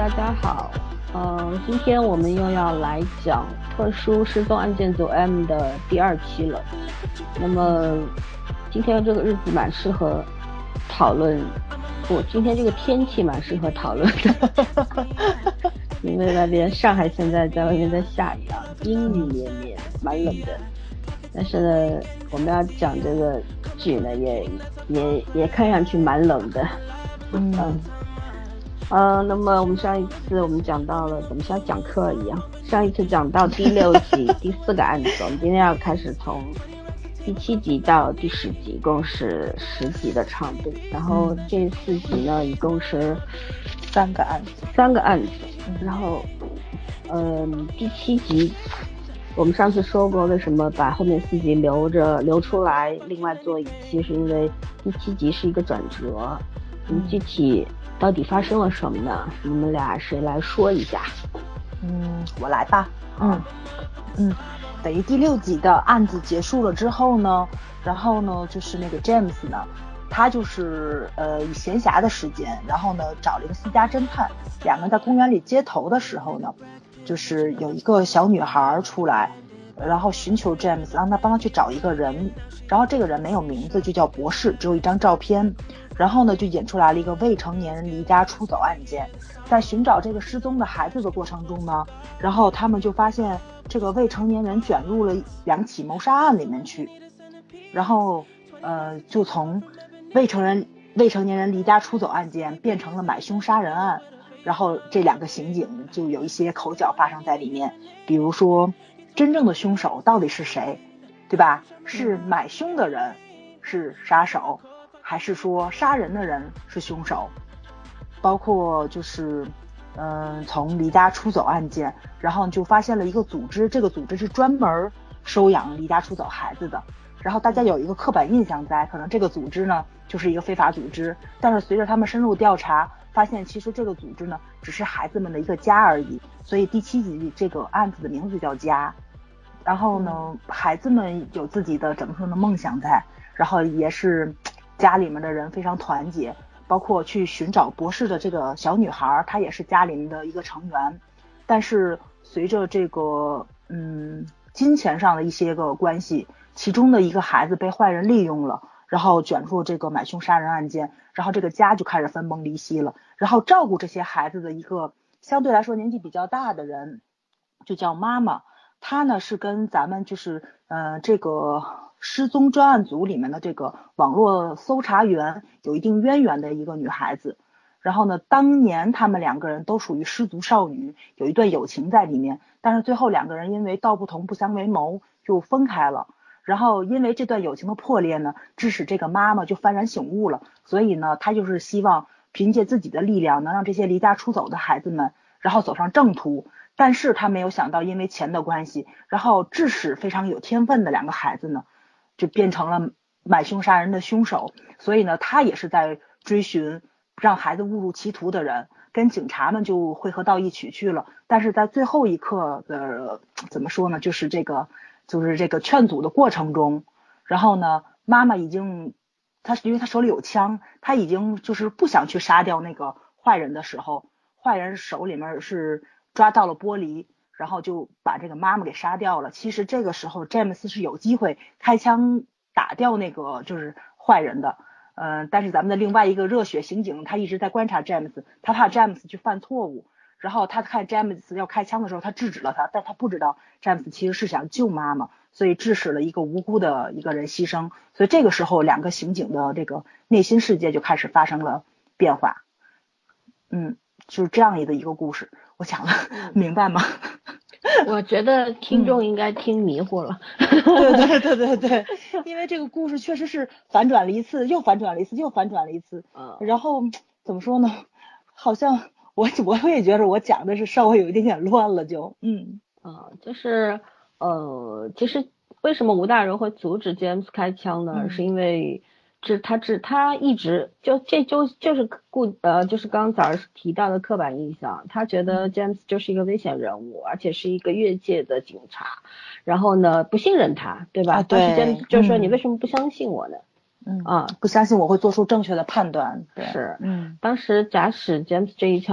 大家好。今天我们又要来讲特殊失踪案件组 M 的第2期了。那么今天这个日子蛮适合讨论，今天这个天气蛮适合讨论的，因为外边上海现在在外面在下雨啊，阴雨绵绵，蛮冷的。但是呢，我们要讲这个剧呢，也看上去蛮冷的。那么我们上一次我们讲到了，怎么像讲课一样，上一次讲到第6集第4个案子，我们今天要开始从第7集到第10集，一共是10集的长度。然后这4集呢，一共是 3个案子。 然后第7集我们上次说过，为什么把后面4集留出来另外做一期，是因为第7集是一个转折。具体到底发生了什么呢？你们俩谁来说一下？ 我来吧。等于第6集的案子结束了之后呢，然后呢就是那个 James 呢，他就是以闲暇的时间，然后呢找了一个私家侦探，两个人在公园里接头的时候呢，就是有一个小女孩出来，然后寻求 James， 让他帮他去找一个人，然后这个人没有名字，就叫博士，只有一张照片。然后呢就引出来了一个未成年人离家出走案件。在寻找这个失踪的孩子的过程中呢，然后他们就发现这个未成年人卷入了2起谋杀案里面去，然后就从未成年人离家出走案件变成了买凶杀人案。然后这2个刑警就有一些口角发生在里面，比如说真正的凶手到底是谁，对吧？是买凶的人是杀手，还是说杀人的人是凶手？包括就是从离家出走案件，然后就发现了一个组织，这个组织是专门收养离家出走孩子的。然后大家有一个刻板印象在，可能这个组织呢就是一个非法组织，但是随着他们深入调查，发现其实这个组织呢只是孩子们的一个家而已。所以第7集这个案子的名字叫家。然后呢孩子们有自己的怎么说呢梦想在，然后也是家里面的人非常团结，包括去寻找博士的这个小女孩，她也是家里面的一个成员。但是随着这个金钱上的一些个关系，其中的一个孩子被坏人利用了，然后卷入这个买凶杀人案件，然后这个家就开始分崩离析了。然后照顾这些孩子的一个相对来说年纪比较大的人就叫妈妈，她呢是跟咱们就是这个失踪专案组里面的这个网络搜查员有一定渊源的一个女孩子。然后呢当年他们2个人都属于失足少女，有一段友情在里面，但是最后2个人因为道不同不相为谋就分开了。然后因为这段友情的破裂呢，致使这个妈妈就幡然醒悟了，所以呢她就是希望凭借自己的力量能让这些离家出走的孩子们然后走上正途。但是她没有想到因为钱的关系，然后致使非常有天分的2个孩子呢就变成了买凶杀人的凶手。所以呢她也是在追寻让孩子误入歧途的人，跟警察们就汇合到一起去了。但是在最后一刻的怎么说呢，就是这个劝阻的过程中，然后呢妈妈因为她手里有枪，她已经就是不想去杀掉那个坏人的时候，坏人手里面是抓到了玻璃，然后就把这个妈妈给杀掉了。其实这个时候詹姆斯是有机会开枪打掉那个就是坏人的。但是咱们的另外一个热血刑警他一直在观察詹姆斯，他怕詹姆斯去犯错误，然后他看詹姆斯要开枪的时候他制止了他，但他不知道詹姆斯其实是想救妈妈，所以致使了一个无辜的一个人牺牲。所以这个时候2个刑警的这个内心世界就开始发生了变化。就是这样的一个故事，我讲了明白吗？ 我觉得听众应该听迷糊了。 对，因为这个故事确实是反转了一次，又反转了一次，又反转了一次。然后怎么说呢？好像我也觉得我讲的是稍微有一点点乱了， 就是其实为什么吴大人会阻止 James 开枪呢？是因为他一直就是就是刚早上提到的刻板印象，他觉得 James 就是一个危险人物，而且是一个越界的警察，然后呢不信任他，对吧？ 对。 James 就说你为什么不相信我呢？ 不相信我会做出正确的判断。对。 是。当时假使 James 这一枪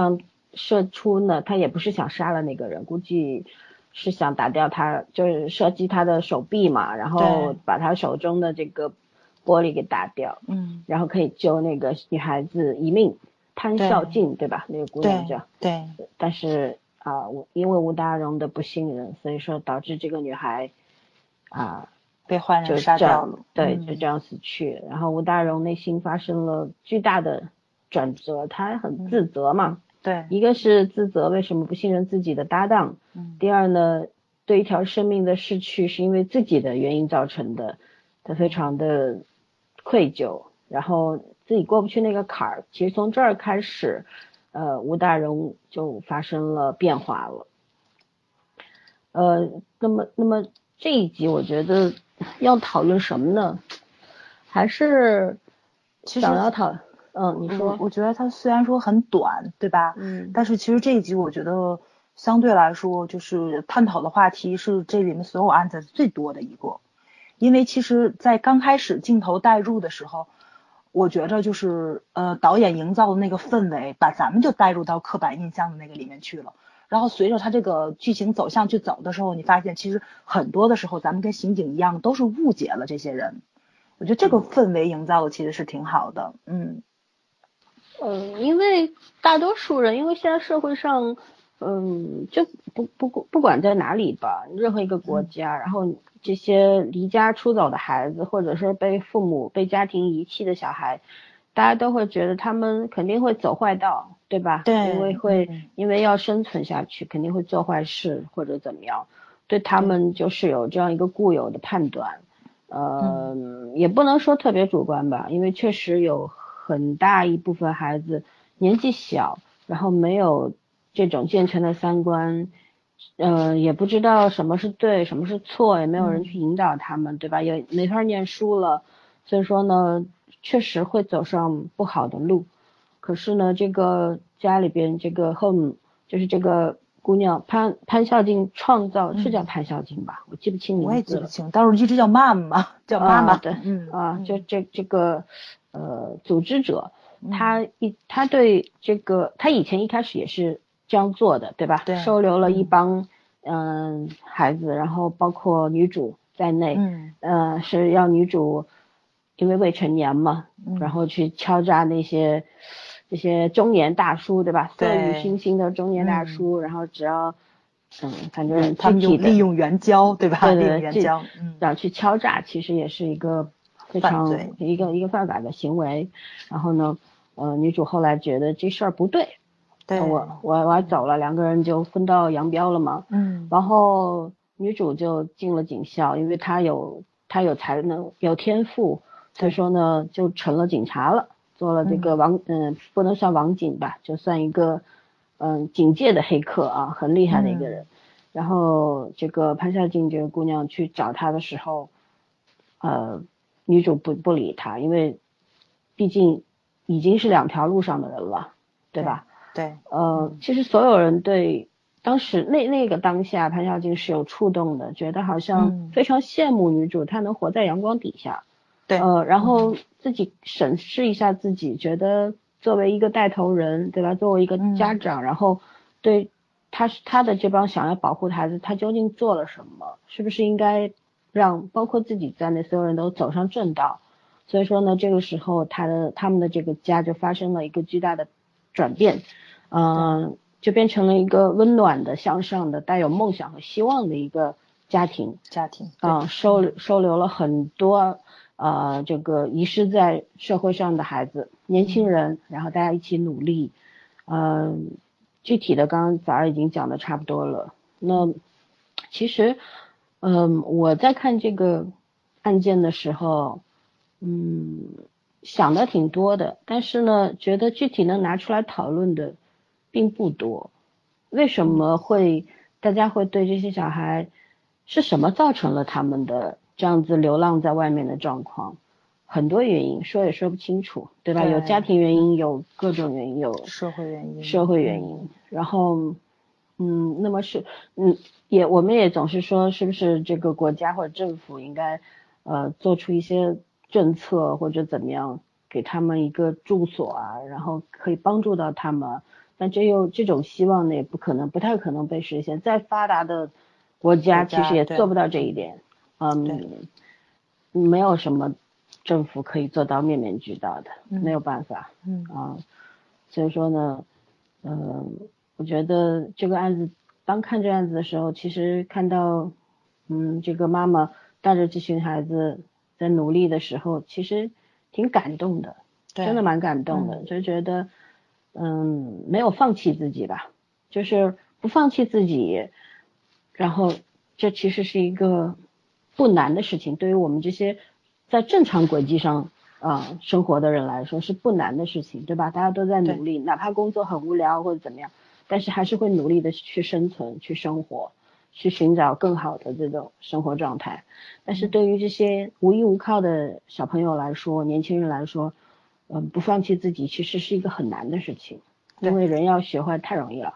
射出呢，他也不是想杀了那个人，估计是想打掉他，就是射击他的手臂嘛，然后把他手中的这个玻璃给打掉，然后可以救那个女孩子一命。潘孝静对吧？那个姑娘叫对， 但是因为吴大荣的不信任，所以说导致这个女孩被坏人杀掉了， 对，就这样死去。然后吴大荣内心发生了巨大的转折，他很自责嘛， 对， 一个是自责为什么不信任自己的搭档，第二呢，对一条生命的逝去是因为自己的原因造成的，他非常的愧疚，然后自己过不去那个坎儿。其实从这儿开始，吴大荣就发生了变化了。那么这一集我觉得要讨论什么呢？还是想要你说。 我觉得它虽然说很短，对吧？但是其实这一集我觉得相对来说就是探讨的话题是这里面所有案子最多的一个。因为其实在刚开始镜头带入的时候，我觉着就是导演营造的那个氛围把咱们就带入到刻板印象的那个里面去了。然后随着他这个剧情走向去走的时候，你发现其实很多的时候咱们跟刑警一样都是误解了这些人。我觉得这个氛围营造的其实是挺好的。 因为大多数人，因为现在社会上就不管在哪里吧，任何一个国家，然后这些离家出走的孩子，或者说被父母被家庭遗弃的小孩，大家都会觉得他们肯定会走坏道，对吧？ 对， 因为要生存下去，肯定会做坏事或者怎么样，对他们就是有这样一个固有的判断。也不能说特别主观吧，因为确实有很大一部分孩子年纪小，然后没有这种健全的三观，也不知道什么是对，什么是错，也没有人去引导他们，对吧？也没法念书了，所以说呢，确实会走上不好的路。可是呢，这个家里边这个 home 就是这个姑娘潘孝静创造，是叫潘孝静吧？我记不清名字了。 我也记不清，但是一直叫妈妈，叫妈妈。 对，就这个组织者，他对这个他以前一开始也是这样做的，对吧？ 对， 收留了一帮孩子，然后包括女主在内，是要女主因为未成年嘛，然后去敲诈这些中年大叔，对吧？色欲熏心的中年大叔，然后只要反正他们利用援交，对吧？ 对， 利用援交， 要去敲诈，其实也是一个非常一个犯法的行为。然后呢，女主后来觉得这事儿不对，我要走了，两个人就分道扬镳了嘛。然后女主就进了警校，因为她有才能有天赋，所以说呢就成了警察了，做了这个不能算网警吧，就算一个警界的黑客啊，很厉害的一个人。然后这个潘孝静这个姑娘去找他的时候，女主不理他，因为毕竟已经是两条路上的人了，对吧？ 对。 其实所有人对当时那个当下，潘孝静是有触动的，觉得好像非常羡慕女主，她能活在阳光底下。 对。 然后自己审视一下自己，觉得作为一个带头人，对吧？作为一个家长，然后对他的这帮想要保护的孩子，他究竟做了什么？是不是应该让包括自己在内所有人都走上正道？所以说呢，这个时候他们的这个家就发生了一个巨大的转变，就变成了一个温暖的、向上的、带有梦想和希望的一个家庭。收留了很多这个遗失在社会上的孩子、年轻人，然后大家一起努力。具体的刚刚早上已经讲的差不多了。那其实我在看这个案件的时候想的挺多的，但是呢觉得具体能拿出来讨论的并不多。为什么大家会对这些小孩是什么造成了他们的这样子流浪在外面的状况？很多原因说也说不清楚，对吧？有家庭原因，有各种原因，有社会原因。然后那么我们也总是说，是不是这个国家或者政府应该做出一些政策或者怎么样，给他们一个住所啊，然后可以帮助到他们， 但这种希望呢，也不太可能被实现。再发达的国家其实也做不到这一点。没有什么政府可以做到面面俱到的，没有办法。所以说呢，我觉得这个案子，当看这个案子的时候，其实看到，这个妈妈带着这群孩子在努力的时候，其实挺感动的，真的蛮感动的，就觉得，没有放弃自己吧，就是不放弃自己，然后这其实是一个不难的事情，对于我们这些在正常轨迹上生活的人来说是不难的事情，对吧？大家都在努力，哪怕工作很无聊或者怎么样，但是还是会努力的去生存、去生活、去寻找更好的这种生活状态。但是对于这些无依无靠的小朋友来说，年轻人来说，不放弃自己其实是一个很难的事情，因为人要学坏太容易了。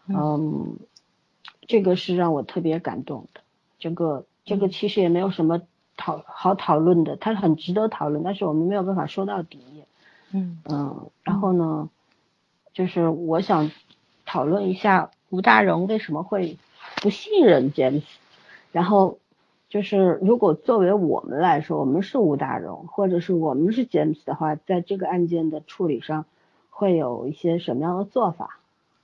这个是让我特别感动的。这个其实也没有什么好讨论的，它很值得讨论，但是我们没有办法说到底。然后呢，就是我想讨论一下吴大荣为什么会不信任 James， 然后就是如果作为我们来说，我们是吴大荣或者是我们是 James 的话，在这个案件的处理上会有一些什么样的做法？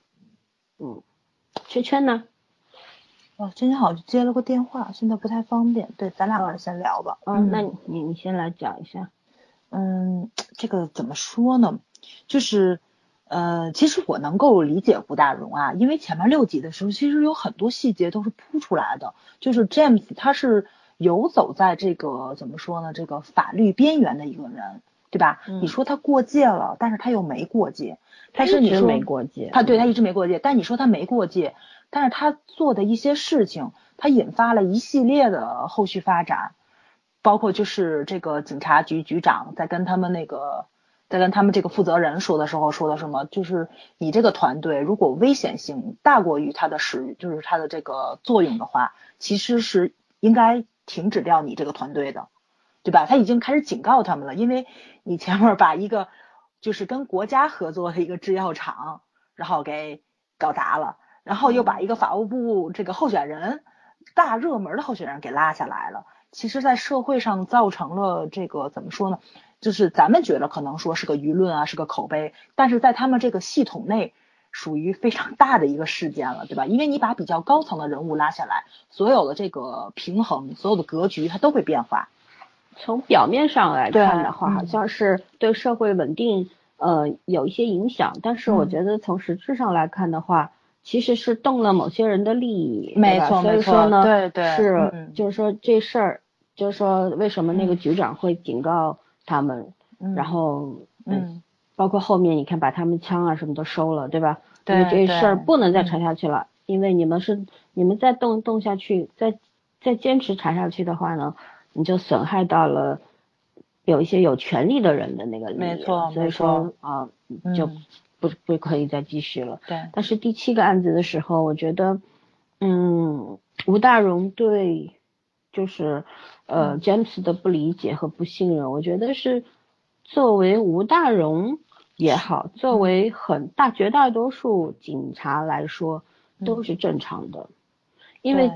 圈圈呢？ 今天好像接了个电话，现在不太方便。对，咱俩人先聊吧。 那你先来讲一下。 这个怎么说呢？就是其实我能够理解吴大荣啊，因为前面6集的时候，其实有很多细节都是铺出来的。就是 James 他是游走在这个怎么说呢？这个法律边缘的一个人，对吧？你说他过界了，但是他又没过界。但是你说没过界， 他一直没过界。但你说他没过界，但是他做的一些事情，他引发了一系列的后续发展。包括就是这个警察局局长在跟他们这个负责人说的时候说的什么，就是你这个团队如果危险性大过于它的就是它的这个作用的话，其实是应该停止掉你这个团队的，对吧？他已经开始警告他们了，因为你前面把一个就是跟国家合作的一个制药厂，然后给搞砸了，然后又把一个法务部这个候选人大热门的候选人给拉下来了。其实在社会上造成了这个怎么说呢，就是咱们觉得可能说是个舆论啊，是个口碑，但是在他们这个系统内属于非常大的一个事件了，对吧？因为你把比较高层的人物拉下来，所有的这个平衡，所有的格局它都会变化。 从表面上来看的话，好像是对社会稳定有一些影响，但是我觉得从实质上来看的话，其实是动了某些人的利益， 没错， 所以说呢， 对， 是就是说这事儿，就是说为什么那个局长会警告他们，然后包括后面你看把他们枪啊什么都收了，对吧？因为这事儿不能再查下去了，因为你们再动下去，再坚持查下去的话呢，你就损害到了有一些有权利的人的那个利益， 没错， 所以说就不可以再继续了。对。但是第7个案子的时候，我觉得，吴大荣对就是James 的不理解和不信任，我觉得是作为吴大荣也好，作为绝大多数警察来说都是正常的。因为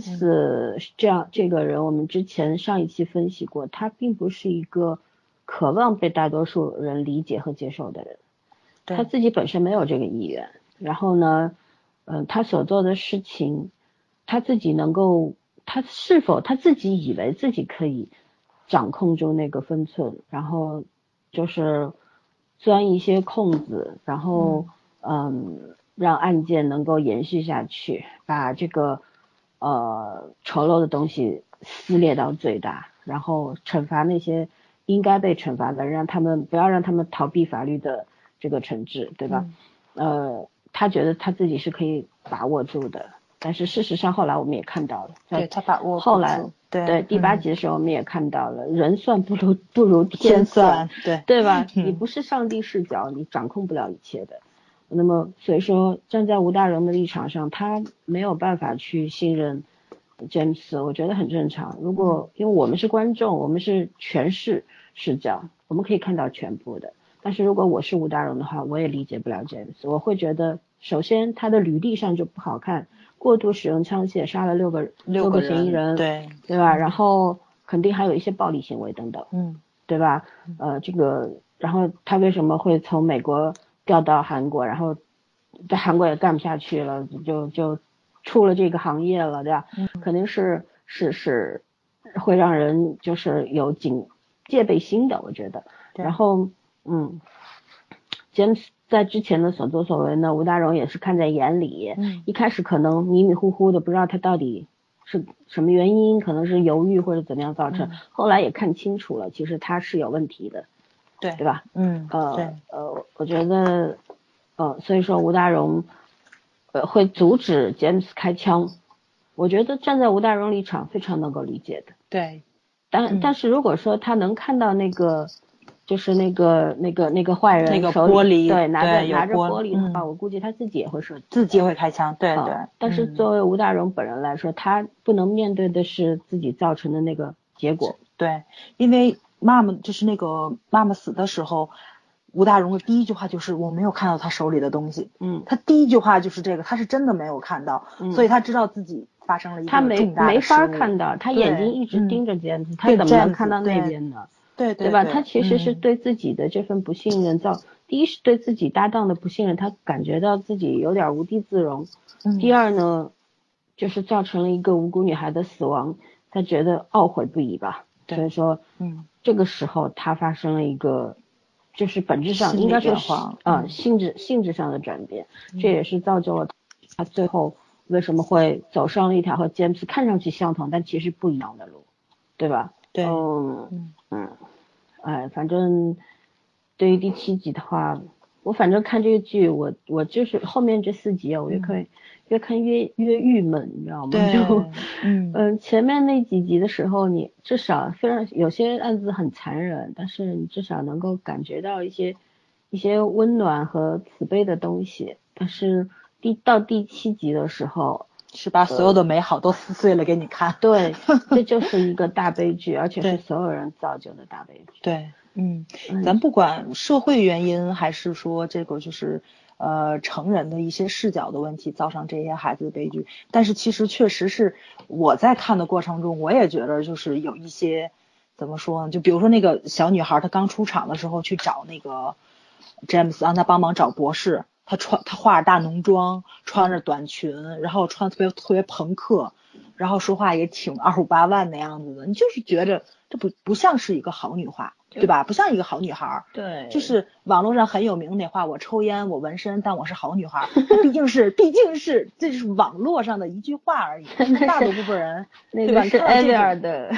James 这个人，我们之前上一期分析过，他并不是一个渴望被大多数人理解和接受的人，他自己本身没有这个意愿。然后呢，他所做的事情，他自己是否他自己以为自己可以掌控住那个分寸，然后就是钻一些空子，然后让案件能够延续下去，把这个丑陋的东西撕裂到最大，然后惩罚那些应该被惩罚的，不要让他们逃避法律的这个惩治，对吧？他觉得他自己是可以把握住的，但是事实上后来我们也看到了， 对他把握不住。 后来对第8集的时候我们也看到了，人算不如天算，对吧？你不是上帝视角，你掌控不了一切的。那么所以说站在吴大荣的立场上，他没有办法去信任 James， 我觉得很正常。因为我们是观众，我们是全视角，我们可以看到全部的， 但是如果我是吴大荣的话，我也理解不了 James， 我会觉得首先他的履历上就不好看，过度使用枪械杀了六个嫌疑人，对吧？然后肯定还有一些暴力行为等等，对吧？这个然后他为什么会从美国调到韩国，然后在韩国也干不下去了，就出了这个行业了，对吧？肯定是会让人就是有戒备心的，我觉得。然后James 在之前的所作所为呢，吴大荣也是看在眼里，一开始可能迷迷糊糊的，不知道他到底是什么原因，可能是犹豫或者怎么样造成，后来也看清楚了，其实他是有问题的，对吧？ 对， 我觉得所以说吴大荣会阻止 James 开枪，我觉得站在吴大荣立场非常能够理解的。 对， 但是如果说他能看到那个就是那个坏人那个玻璃， 对，拿着玻璃的话，我估计他自己也会自己会开枪，对。 但是作为吴大荣本人来说，他不能面对的是自己造成的那个结果。 对，因为妈妈死的时候，吴大荣的第一句话就是我没有看到他手里的东西。他第一句话就是这个，他是真的没有看到，所以他知道自己发生了一个重大的失误。 他没法看到，他眼睛一直盯着James，他怎么能看到那边呢？对吧？他其实是对自己的这份不信任第一是对自己搭档的不信任，他感觉到自己有点无地自容。第二呢，就是造成了一个无辜女孩的死亡，他觉得懊悔不已吧。所以说，这个时候他发生了一个，就是本质上应该说是性质上的转变，这也是造就了他最后为什么会走上了一条和 James 看上去相同但其实不一样的路，对吧？ 对， 反正对于第7集的话，我反正看这个剧，我就是后面这4集我越看越郁闷，你知道吗？就前面那几集的时候，你至少虽然有些案子很残忍，但是你至少能够感觉到一些温暖和慈悲的东西。但是到第7集的时候， 是把所有的美好都撕碎了给你看。 对，这就是一个大悲剧，而且是所有人造就的大悲剧。 对，咱不管社会原因，还是说这个就是成人的一些视角的问题造成这些孩子的悲剧，但是其实确实是我在看的过程中，我也觉得就是有一些怎么说呢？就比如说那个小女孩，她刚出场的时候去找那个 James 让他帮忙找博士，她化着大浓妆，穿着短裙，然后穿特别朋克，然后说话也挺258万的样子的，你就是觉着这不像是一个好女孩，对吧？不像一个好女孩。 对， 就是网络上很有名那话，我抽烟我纹身但我是好女孩，毕竟是这是网络上的一句话而已。大多部分人那个是艾薇儿的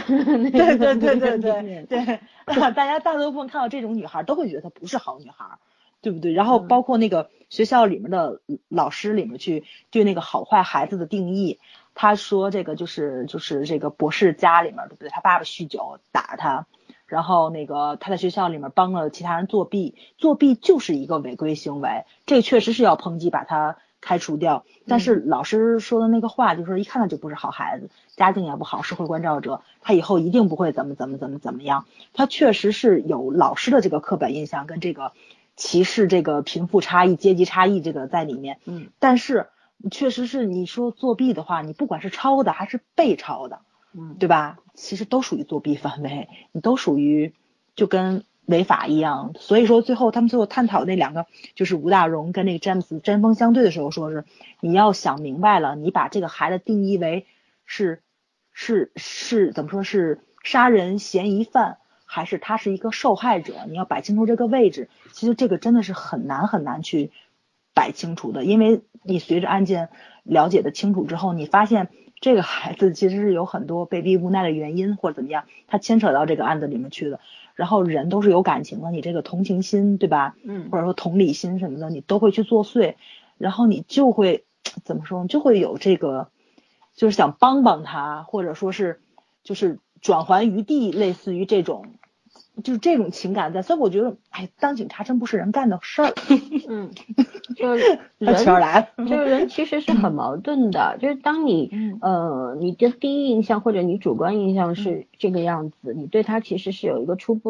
对大家大多部分看到这种女孩都会觉得她不是好女孩，对不对？然后包括那个学校里面的老师里面去对那个好坏孩子的定义，他说这个就是这个博士家里面，对不对？他爸爸酗酒打他，然后那个他在学校里面帮了其他人作弊就是一个违规行为，这个确实是要抨击把他开除掉。但是老师说的那个话就是一看他就不是好孩子，家境也不好，社会关照者，他以后一定不会怎么样。他确实是有老师的这个刻板印象跟这个歧视这个贫富差异阶级差异这个在里面。但是确实是你说作弊的话，你不管是抄的还是被抄的，对吧？其实都属于作弊范围，你都属于就跟违法一样。所以说他们最后探讨那两个就是吴大荣跟那个詹姆斯针锋相对的时候，说是你要想明白了，你把这个孩子定义为是怎么说，是杀人嫌疑犯还是他是一个受害者，你要摆清楚这个位置。其实这个真的是很难去摆清楚的，因为你随着案件了解的清楚之后，你发现这个孩子其实是有很多被逼无奈的原因或者怎么样，他牵扯到这个案子里面去的。然后人都是有感情的，你这个同情心，对吧？或者说同理心什么的，你都会去作祟，然后你就会怎么说，就会有这个就是想帮他，或者说是就是转还余地，类似于这种就是这种情感在。所以我觉得当警察真不是人干的事儿。 就是人其实是很矛盾的，就是当你你的第一印象或者你主观印象是这个样子，你对他其实是有一个初步的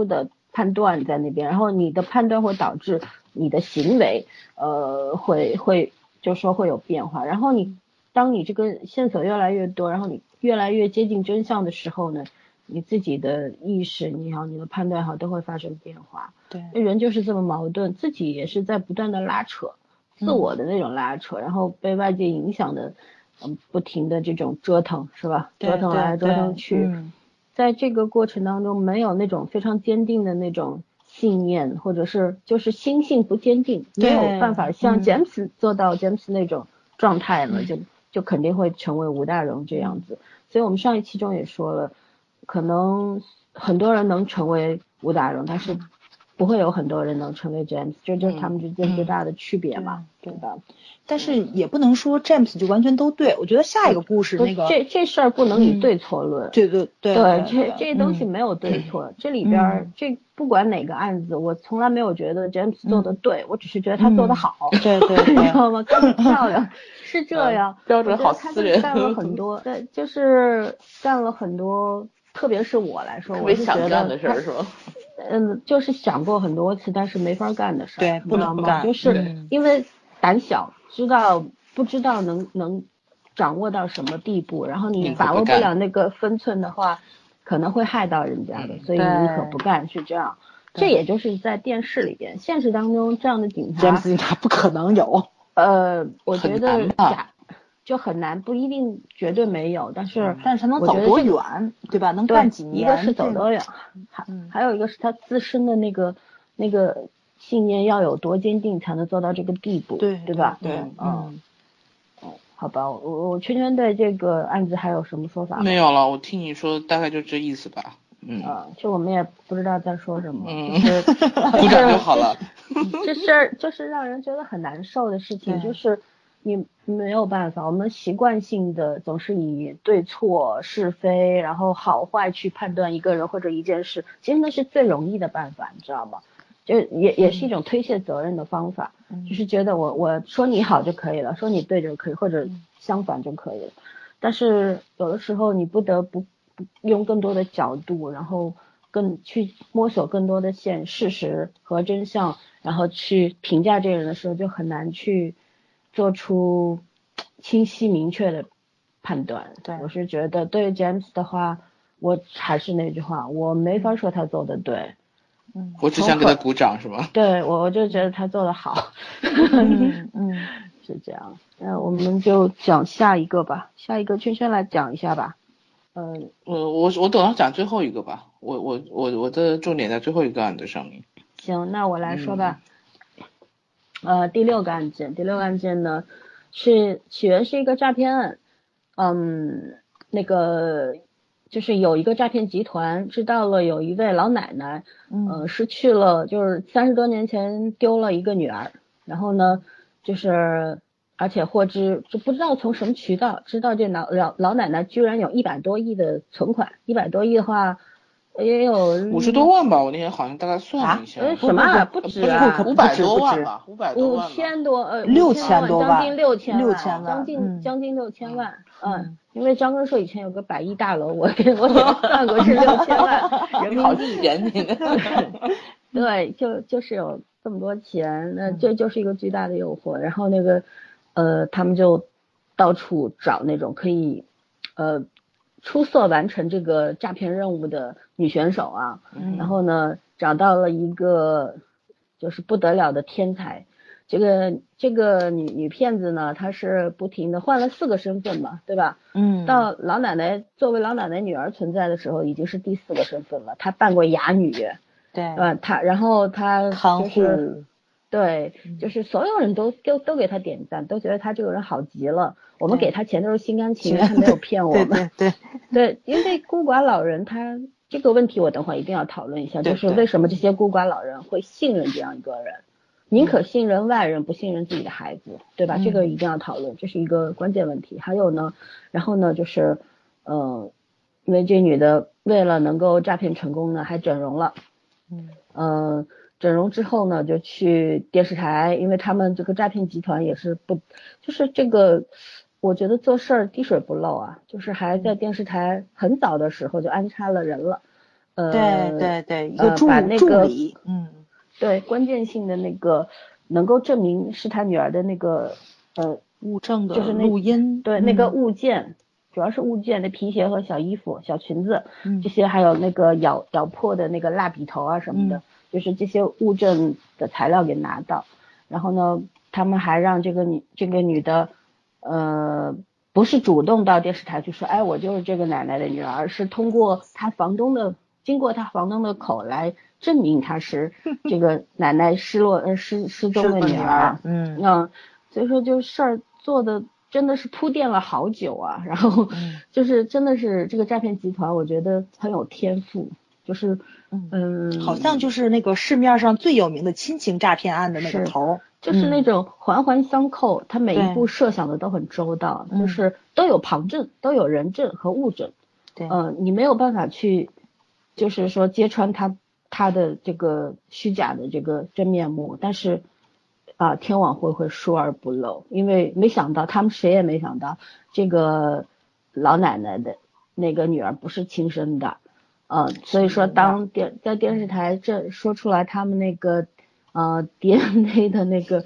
判断在那边，然后你的判断会导致你的行为会就说会有变化，然后当你这个线索越来越多，然后你越来越接近真相的时候呢，你自己的意识你好，你的判断好都会发生变化。 对， 人就是这么矛盾，自己也是在不断的拉扯，自我的那种拉扯，然后被外界影响的不停的这种折腾，是吧？折腾来折腾去，在这个过程当中没有那种非常坚定的那种信念，或者是就是心性不坚定，没有办法像詹姆斯做到詹姆斯那种状态了，就肯定会成为吴大荣这样子。所以我们上一期中也说了，可能很多人能成为吴大荣，但是不会有很多人能成为 James， 这就是他们之间最大的区别嘛，对吧？ 但是也不能说 James 就完全都对，我觉得下一个故事那个这事儿不能以对错论， 对， 这东西没有对错，这里边这不管哪个案子，我从来没有觉得 James 做的对，我只是觉得他做的好， 对， 你知道吗？干得漂亮，是这样， 标准好私人， 干了很多，对，就是干了很多，特别是我来说，我是觉得干的事儿是吧？ 就是想过很多次，但是没法干的事儿， 对，不能干， 就是因为胆小，不知道能掌握到什么地步，然后你把握不了那个分寸的话，可能会害到人家的，所以宁可不干，是这样。这也就是在电视里边，现实当中这样的警察 ，James 警察不可能有。 我觉得就很难，不一定绝对没有，但是他能走多远，对吧？能干几年？ 一个是走多远，还有一个是他自身的那个信念要有多坚定，才能做到这个地步，对吧？ 对， 好吧，我圈圈对这个案子还有什么说法吗？ 没有了，我听你说大概就这意思吧。 就我们也不知道在说什么， 鼓掌就好了。 这事儿就是让人觉得很难受的事情，就是你没有办法，我们习惯性的总是以对错是非，然后好坏去判断一个人或者一件事，其实那是最容易的办法，你知道吗？就也是一种推卸责任的方法，就是觉得我说你好就可以了，说你对就可以，或者相反就可以了。但是有的时候你不得不用更多的角度，然后去摸索更多的事实和真相，然后去评价这个人的时候，就很难去做出清晰明确的判断。 对， 我是觉得对 James 的话，我还是那句话，我没法说他做的对。 我只想给他鼓掌是吧？ 对，我就觉得他做得好。是这样。那我们就讲下一个吧，下一个圈圈来讲一下吧。 我等到讲最后一个吧，我的重点在最后一个案子上面。 行，那我来说吧。第六个案件呢起源是一个诈骗案。那个就是有一个诈骗集团知道了有一位老奶奶，失去了，就是30多年前丢了一个女儿，然后呢，就是而且获知就不知道从什么渠道知道这老奶奶居然有100多亿的存款，100多亿的话也有 50多万吧，我那天好像大概算了一下， 什么不止啊 ，500多万吧，500多万 ，5000多 6000多万， 将近6000 万， 将近6000万，因为张根硕以前有个100亿大楼，我给他算过是6000万人民币， 好钱你呢？ 对，就是有这么多钱，那这就是一个巨大的诱惑。然后那个他们就到处找那种可以出色完成这个诈骗任务的女选手啊，然后呢找到了一个就是不得了的天才。这个女骗子呢，她是不停的换了4个身份嘛，对吧？到作为老奶奶女儿存在的时候，已经是第4个身份了。她扮过哑女， 对， 然后她看护，对，就是所有人都给她点赞，都觉得她这个人好极了。我们给她钱都是心甘情愿，她没有骗我们。对，因为孤寡老人她这个问题，我等会儿一定要讨论一下，就是为什么这些孤寡老人会信任这样一个人。宁可信任外人，不信任自己的孩子，对吧？这个一定要讨论，这是一个关键问题。还有呢，然后呢，就是因为这女的为了能够诈骗成功呢，还整容了。整容之后呢，就去电视台，因为他们这个诈骗集团也是就是这个，我觉得做事儿滴水不漏啊，就是还在电视台很早的时候就安插了人了。 对，一个助理， 对，关键性的那个能够证明是他女儿的那个物证的就是录音， 对，那个物件，主要是物件，那皮鞋和小衣服、小裙子，这些还有那个咬破的那个蜡笔头啊什么的，就是这些物证的材料给拿到。然后呢，他们还让这个女的，不是主动到电视台去说，哎，我就是这个奶奶的女儿，而是通过经过他房东的口来证明她是这个奶奶失踪的女儿。所以说就事儿做的真的是铺垫了好久啊，然后就是真的是这个诈骗集团，我觉得很有天赋，就是好像就是那个市面上最有名的亲情诈骗案的那个头， 就是那种环环相扣，他每一步设想的都很周到，就是都有旁证，都有人证和物证。 对， 你没有办法去，就是说揭穿他的这个虚假的这个真面目，但是天网恢恢，疏而不漏，因为没想到他们谁也没想到这个老奶奶的那个女儿不是亲生的，所以说当在电视台这说出来他们那个DNA 的那个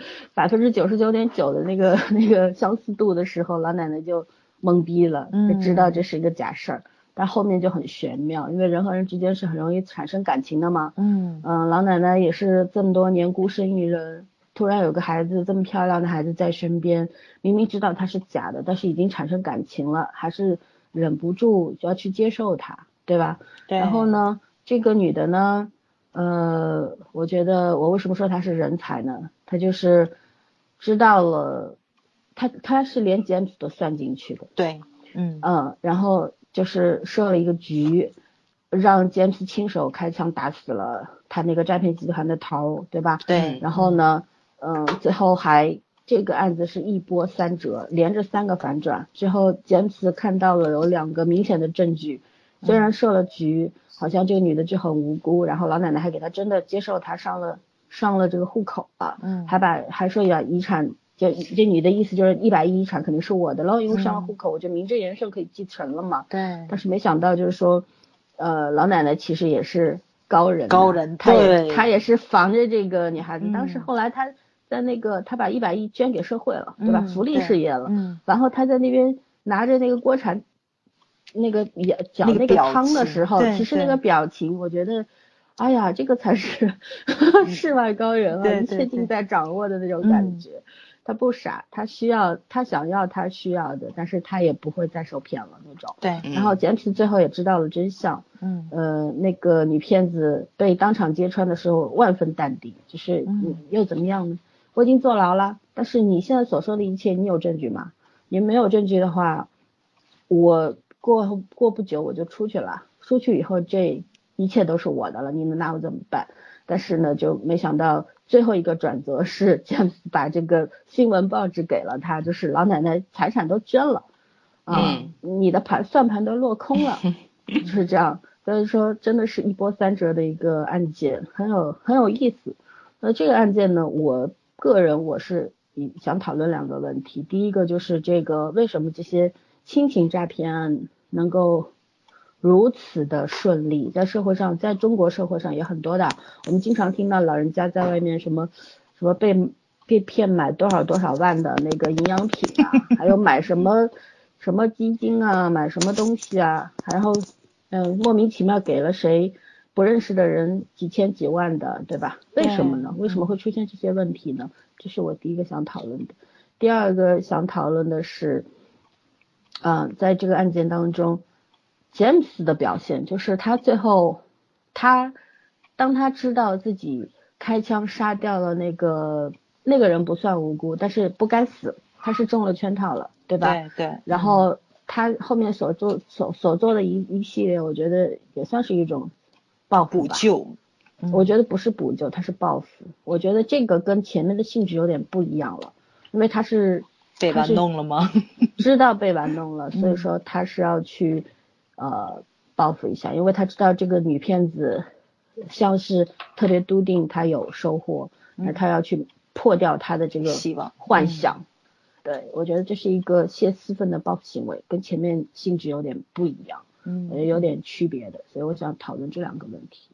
99.9%的那个相似度的时候，老奶奶就懵逼了，就知道这是一个假事儿。但后面就很玄妙，因为人和人之间是很容易产生感情的嘛。老奶奶也是这么多年孤身一人，突然有个孩子，这么漂亮的孩子在身边，明明知道他是假的，但是已经产生感情了，还是忍不住就要去接受他，对吧？ 对。 然后呢，这个女的呢，我觉得我为什么说她是人才呢？她就是知道了，她是连 James 都算进去的。 对， 然后就是设了一个局，让 James 亲手开枪打死了他那个诈骗集团的头，对吧？ 对。 然后呢，最后这个案子是一波三折，连着3个反转。之后 James 看到了有2个明显的证据，虽然设了局，好像这个女的就很无辜，然后老奶奶还给她真的接受她上了这个户口了，还说要遗产。就这女的意思就是110亿遗产肯定是我的了，因为上了户口，我就名正言顺可以继承了嘛。 对。 但是没想到就是说，老奶奶其实也是高人，她也是防着这个女孩子。当时后来她在她把100亿捐给社会了，对吧？福利事业了。然后她在那边拿着那个锅铲，那个搅那个汤的时候，其实那个表情，我觉得。哎呀，这个才是世外高人啊！一切尽在掌握的那种感觉。他不傻，他想要他需要的，但是他也不会再受骗了那种。 对。 然后简皮最后也知道了真相。那个女骗子被当场揭穿的时候，万分淡定，就是又怎么样呢？我已经坐牢了，但是你现在所说的一切，你有证据吗？你没有证据的话，我过不久我就出去了。出去以后这一切都是我的了，你们拿我怎么办？但是呢，就没想到最后一个转折是这样，把这个新闻报纸给了他，就是老奶奶财产都捐了，你的算盘都落空了，就是这样。所以说，真的是一波三折的一个案件，很有意思。这个案件呢，我个人是想讨论2个问题。第一个就是这个为什么这些亲情诈骗案能够如此的顺利，在社会上，在中国社会上也很多的。我们经常听到老人家在外面什么被骗买多少万的那个营养品啊，还有买什么基金啊，买什么东西啊，然后莫名其妙给了谁不认识的人几千几万的，对吧？为什么呢？为什么会出现这些问题呢？这是我第一个想讨论的。第二个想讨论的是在这个案件当中James 的表现，就是他最后当他知道自己开枪杀掉了那个人不算无辜，但是不该死，他是中了圈套了，对吧？ 对。 然后他后面所做的一系列，我觉得也算是一种报复吧。 补救。 我觉得不是补救，他是报复。我觉得这个跟前面的性质有点不一样了，因为他是被玩弄了吗？ 知道被玩弄了，所以说他是要去报复一下，因为他知道这个女骗子像是特别笃定他有收获，而他要去破掉他的这个幻想。对，我觉得这是一个泄私愤的报复行为，跟前面性质有点不一样。 有点区别的，所以我想讨论这两个问题。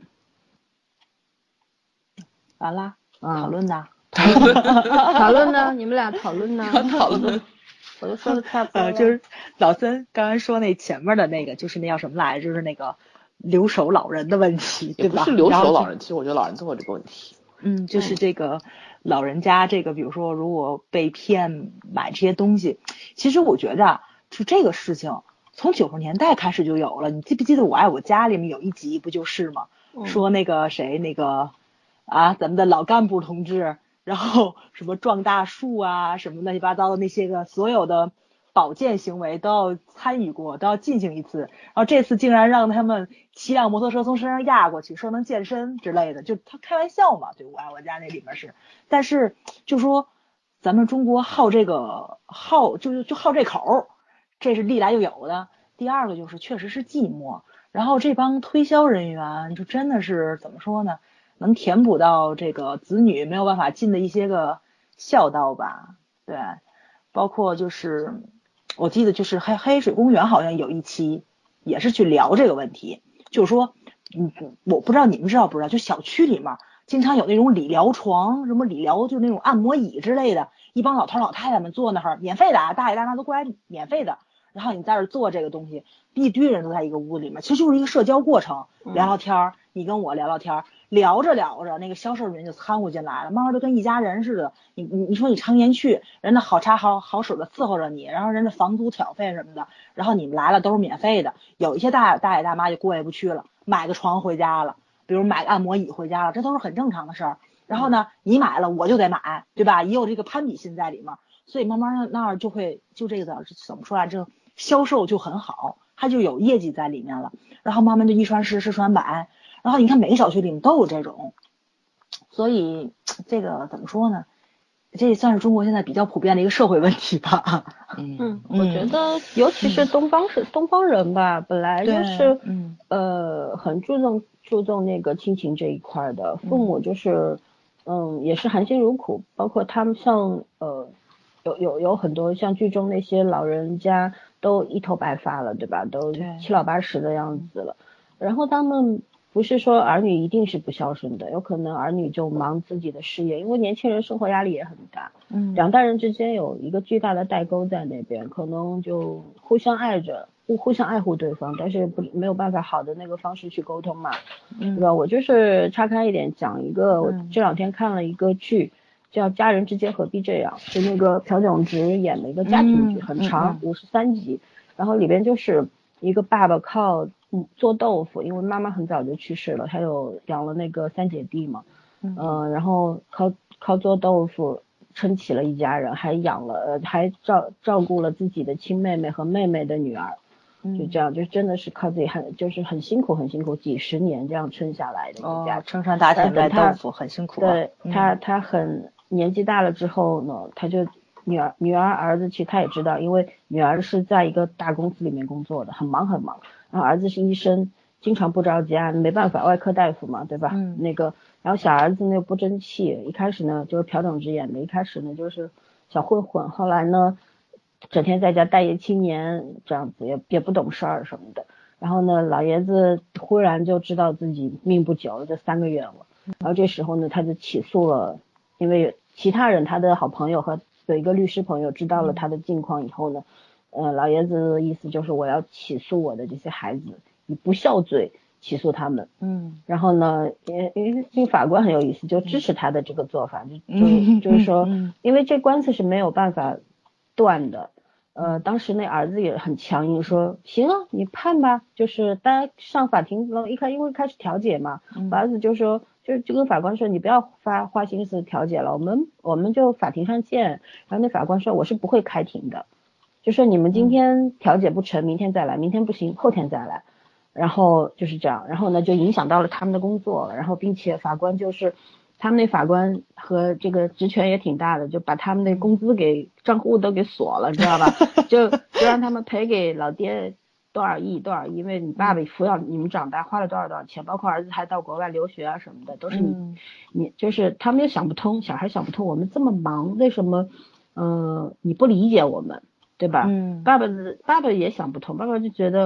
完了，讨论呢？ 讨论呢？你们俩讨论呢？ 讨论。 我就说的差不多了。 就是老森刚才说那前面的那个，就是那叫什么来着？就是那个留守老人的问题，对吧？ 也不是留守老人，其实我觉得老人都有这个问题。 就是这个老人家，这个比如说如果被骗买这些东西，其实我觉着就这个事情从90年代开始就有了。你记不记得《我爱我家》里面有一集不就是吗？说那个谁那个咱们的老干部同志，然后什么撞大树啊，什么乱七八糟的那些个所有的保健行为都要参与过，都要进行一次，然后这次竟然让他们骑辆摩托车从身上压过去，说能健身之类的，就他开玩笑嘛，对，我爱我家那里面是，但是就说咱们中国好这个就好这口，这是历来就有的。第二个就是确实是寂寞，然后这帮推销人员就真的是怎么说呢，能填补到这个子女没有办法尽的一些个孝道吧，对，包括就是我记得就是黑水公园好像有一期也是去聊这个问题，就是说我不知道你们知道不知道，就小区里面经常有那种理疗床，什么理疗就是那种按摩椅之类的，一帮老头老太太们坐那儿免费的大爷大妈都过来免费的，然后你在这儿做这个东西，一堆人都在一个屋里面，其实就是一个社交过程，聊聊天，你跟我聊聊天，聊着聊着那个销售人员就掺和进来了，慢慢都跟一家人似的。你说你常年去，人家好茶好水的伺候着你，然后人家房租挑费什么的，然后你们来了都是免费的，有一些大爷大妈就过意不去了，买个床回家了，比如买个按摩椅回家了，这都是很正常的事儿。然后呢，你买了我就得买，对吧？也有这个攀比心在里面，所以慢慢那儿就会就这个怎么说来着，销售就很好，它就有业绩在里面了，然后慢慢就一传十十传百，然后你看每个小区里面都有这种，所以这个怎么说呢？这也算是中国现在比较普遍的一个社会问题吧。 我觉得尤其是东方人吧，本来就是很注重那个亲情这一块的，父母就是也是含辛茹苦，包括他们像有很多像剧中那些老人家都一头白发了，对吧？都七老八十的样子了，然后他们不是说儿女一定是不孝顺的，有可能儿女就忙自己的事业，因为年轻人生活压力也很大，两代人之间有一个巨大的代沟在那边，可能就互相爱着，互相爱护对方，但是没有办法好的那个方式去沟通嘛，对吧？我就是岔开一点讲一个，我这两天看了一个剧叫《家人之间何必这样》，是那个朴炯植演的一个家庭剧，很长，53集，然后里边就是一个爸爸靠做豆腐，因为妈妈很早就去世了，他有养了那个3姐弟嘛，然后靠做豆腐撑起了一家人，还养了还照顾了自己的亲妹妹和妹妹的女儿，就这样，就真的是靠自己就是很辛苦几十年这样撑下来的一个家， 撑船打铁卖豆腐很辛苦。 对，他很年纪大了之后呢，他就女儿儿子其实他也知道，因为女儿是在一个大公司里面工作的，很忙，然后儿子是医生，经常不着家，没办法，外科大夫嘛，对吧？那个，然后小儿子呢又不争气，一开始呢就是朴炯植演的，一开始呢就是小混混，后来呢整天在家待业青年这样子，也不懂事儿什么的，然后呢老爷子忽然就知道自己命不久了，就3个月了，然后这时候呢他就起诉了，因为其他人他的好朋友和有一个律师朋友知道了他的境况以后呢，老爷子的意思就是我要起诉我的这些孩子，以不孝罪起诉他们。然后呢，因为法官很有意思，就支持他的这个做法，就是说，因为这官司是没有办法断的。当时那儿子也很强硬，说行啊，你判吧，就是大家上法庭了，因为开始调解嘛，儿子就说。就跟法官说，你不要花心思调解了，我们就法庭上见。然后那法官说，我是不会开庭的，就说你们今天调解不成，明天再来，明天不行，后天再来。然后就是这样，然后呢就影响到了他们的工作了。然后并且法官就是他们那法官和这个职权也挺大的，就把他们的工资给账户都给锁了，你知道吧？就让他们赔给老爹。多少亿，因为你爸爸抚养你们长大花了多少钱，包括儿子还到国外留学啊什么的，都是你就是他们又想不通，小孩想不通，我们这么忙，为什么你不理解我们，对吧？爸爸也想不通，爸爸就觉得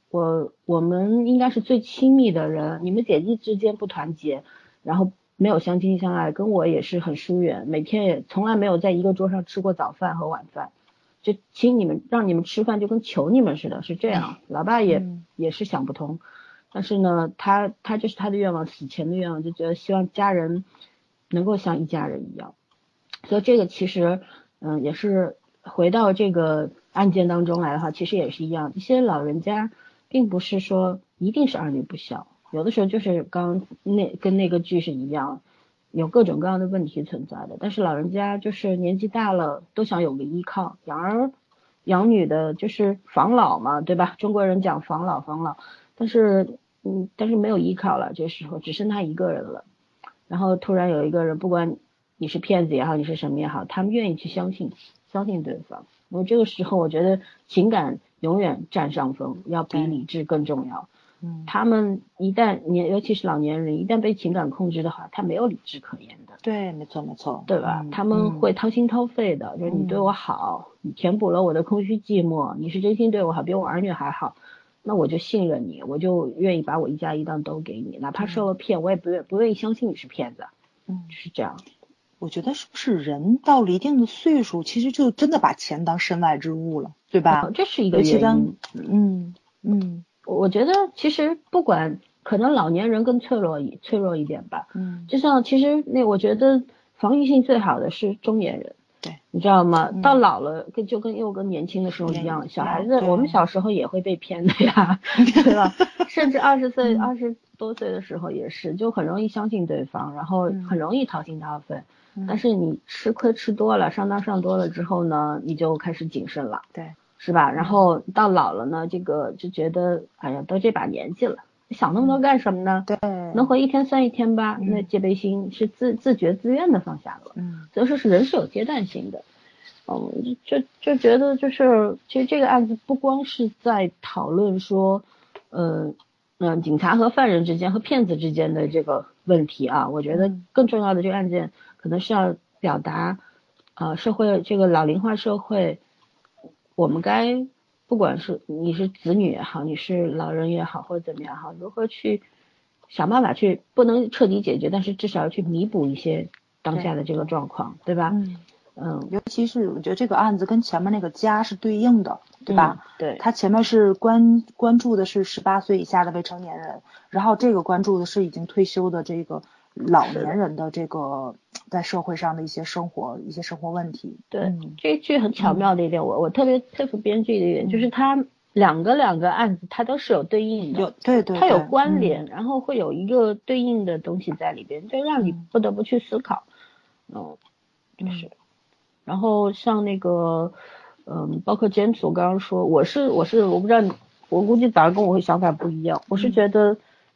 我们应该是最亲密的人，你们姐弟之间不团结，然后没有相亲相爱，跟我也是很疏远，每天也从来没有在一个桌上吃过早饭和晚饭，就请你们让你们吃饭就跟求你们似的，是这样。老爸也是想不通，但是呢，他这是他的愿望，死前的愿望，就觉得希望家人能够像一家人一样。所以这个其实也是回到这个案件当中来的话，其实也是一样，一些老人家并不是说一定是儿女不孝，有的时候就是跟那个剧是一样，有各种各样的问题存在的，但是老人家就是年纪大了都想有个依靠，养儿养女的就是防老嘛，对吧？中国人讲防老，但是没有依靠了，这时候只剩他一个人了，然后突然有一个人，不管你是骗子也好，你是什么也好，他们愿意去相信对方。因为这个时候，我觉得情感永远占上风，要比理智更重要。他们一旦尤其是老年人，一旦被情感控制的话，他没有理智可言的。 对，没错， 对吧？他们会掏心掏肺的，就是你对我好，你填补了我的空虚寂寞，你是真心对我好，比我儿女还好，那我就信任你，我就愿意把我一家一档都给你，哪怕受了骗，我也不愿意相信你是骗子。是这样。 我觉得是不是人到了一定的岁数，其实就真的把钱当身外之物了，对吧？ 这是一个原因。 我觉得其实不管，可能老年人更脆弱一点吧。就像其实我觉得防御性最好的是中年人。 对， 你知道吗？到老了就跟年轻的时候一样，小孩子我们小时候也会被骗的呀，对吧？甚至20多岁的时候也是，就很容易相信对方，然后很容易掏心掏肺。但是你吃亏吃多了，上当上多了之后呢，你就开始谨慎了， 对， 是吧？然后到老了呢，这个就觉得，哎呀，都这把年纪了，想那么多干什么呢？ 对， 能活一天算一天吧。那戒备心是自觉自愿的放下了。所以说是人是有阶段性的。就觉得就是其实这个案子不光是在讨论说，警察和犯人之间和骗子之间的这个问题啊，我觉得更重要的这个案件可能是要表达，社会这个老龄化社会，我们该不管是你是子女也好，你是老人也好，或者怎么样好，如何去想办法去不能彻底解决，但是至少要去弥补一些当下的这个状况，对吧？ 尤其是我觉得这个案子跟前面那个家是对应的，对吧？ 对， 他前面是关注的是18岁以下的未成年人，然后这个关注的是已经退休的这个老年人的这个在社会上的一些生活问题。 对，这剧很巧妙的一点，我特别佩服编剧的一点，就是他两个案子它都是有对应的， 对， 它有关联，然后会有一个对应的东西在里边，就让你不得不去思考。就是。然后像那个，包括 James 我刚刚说，我不知道你，我估计早上跟我想法不一样。我是觉得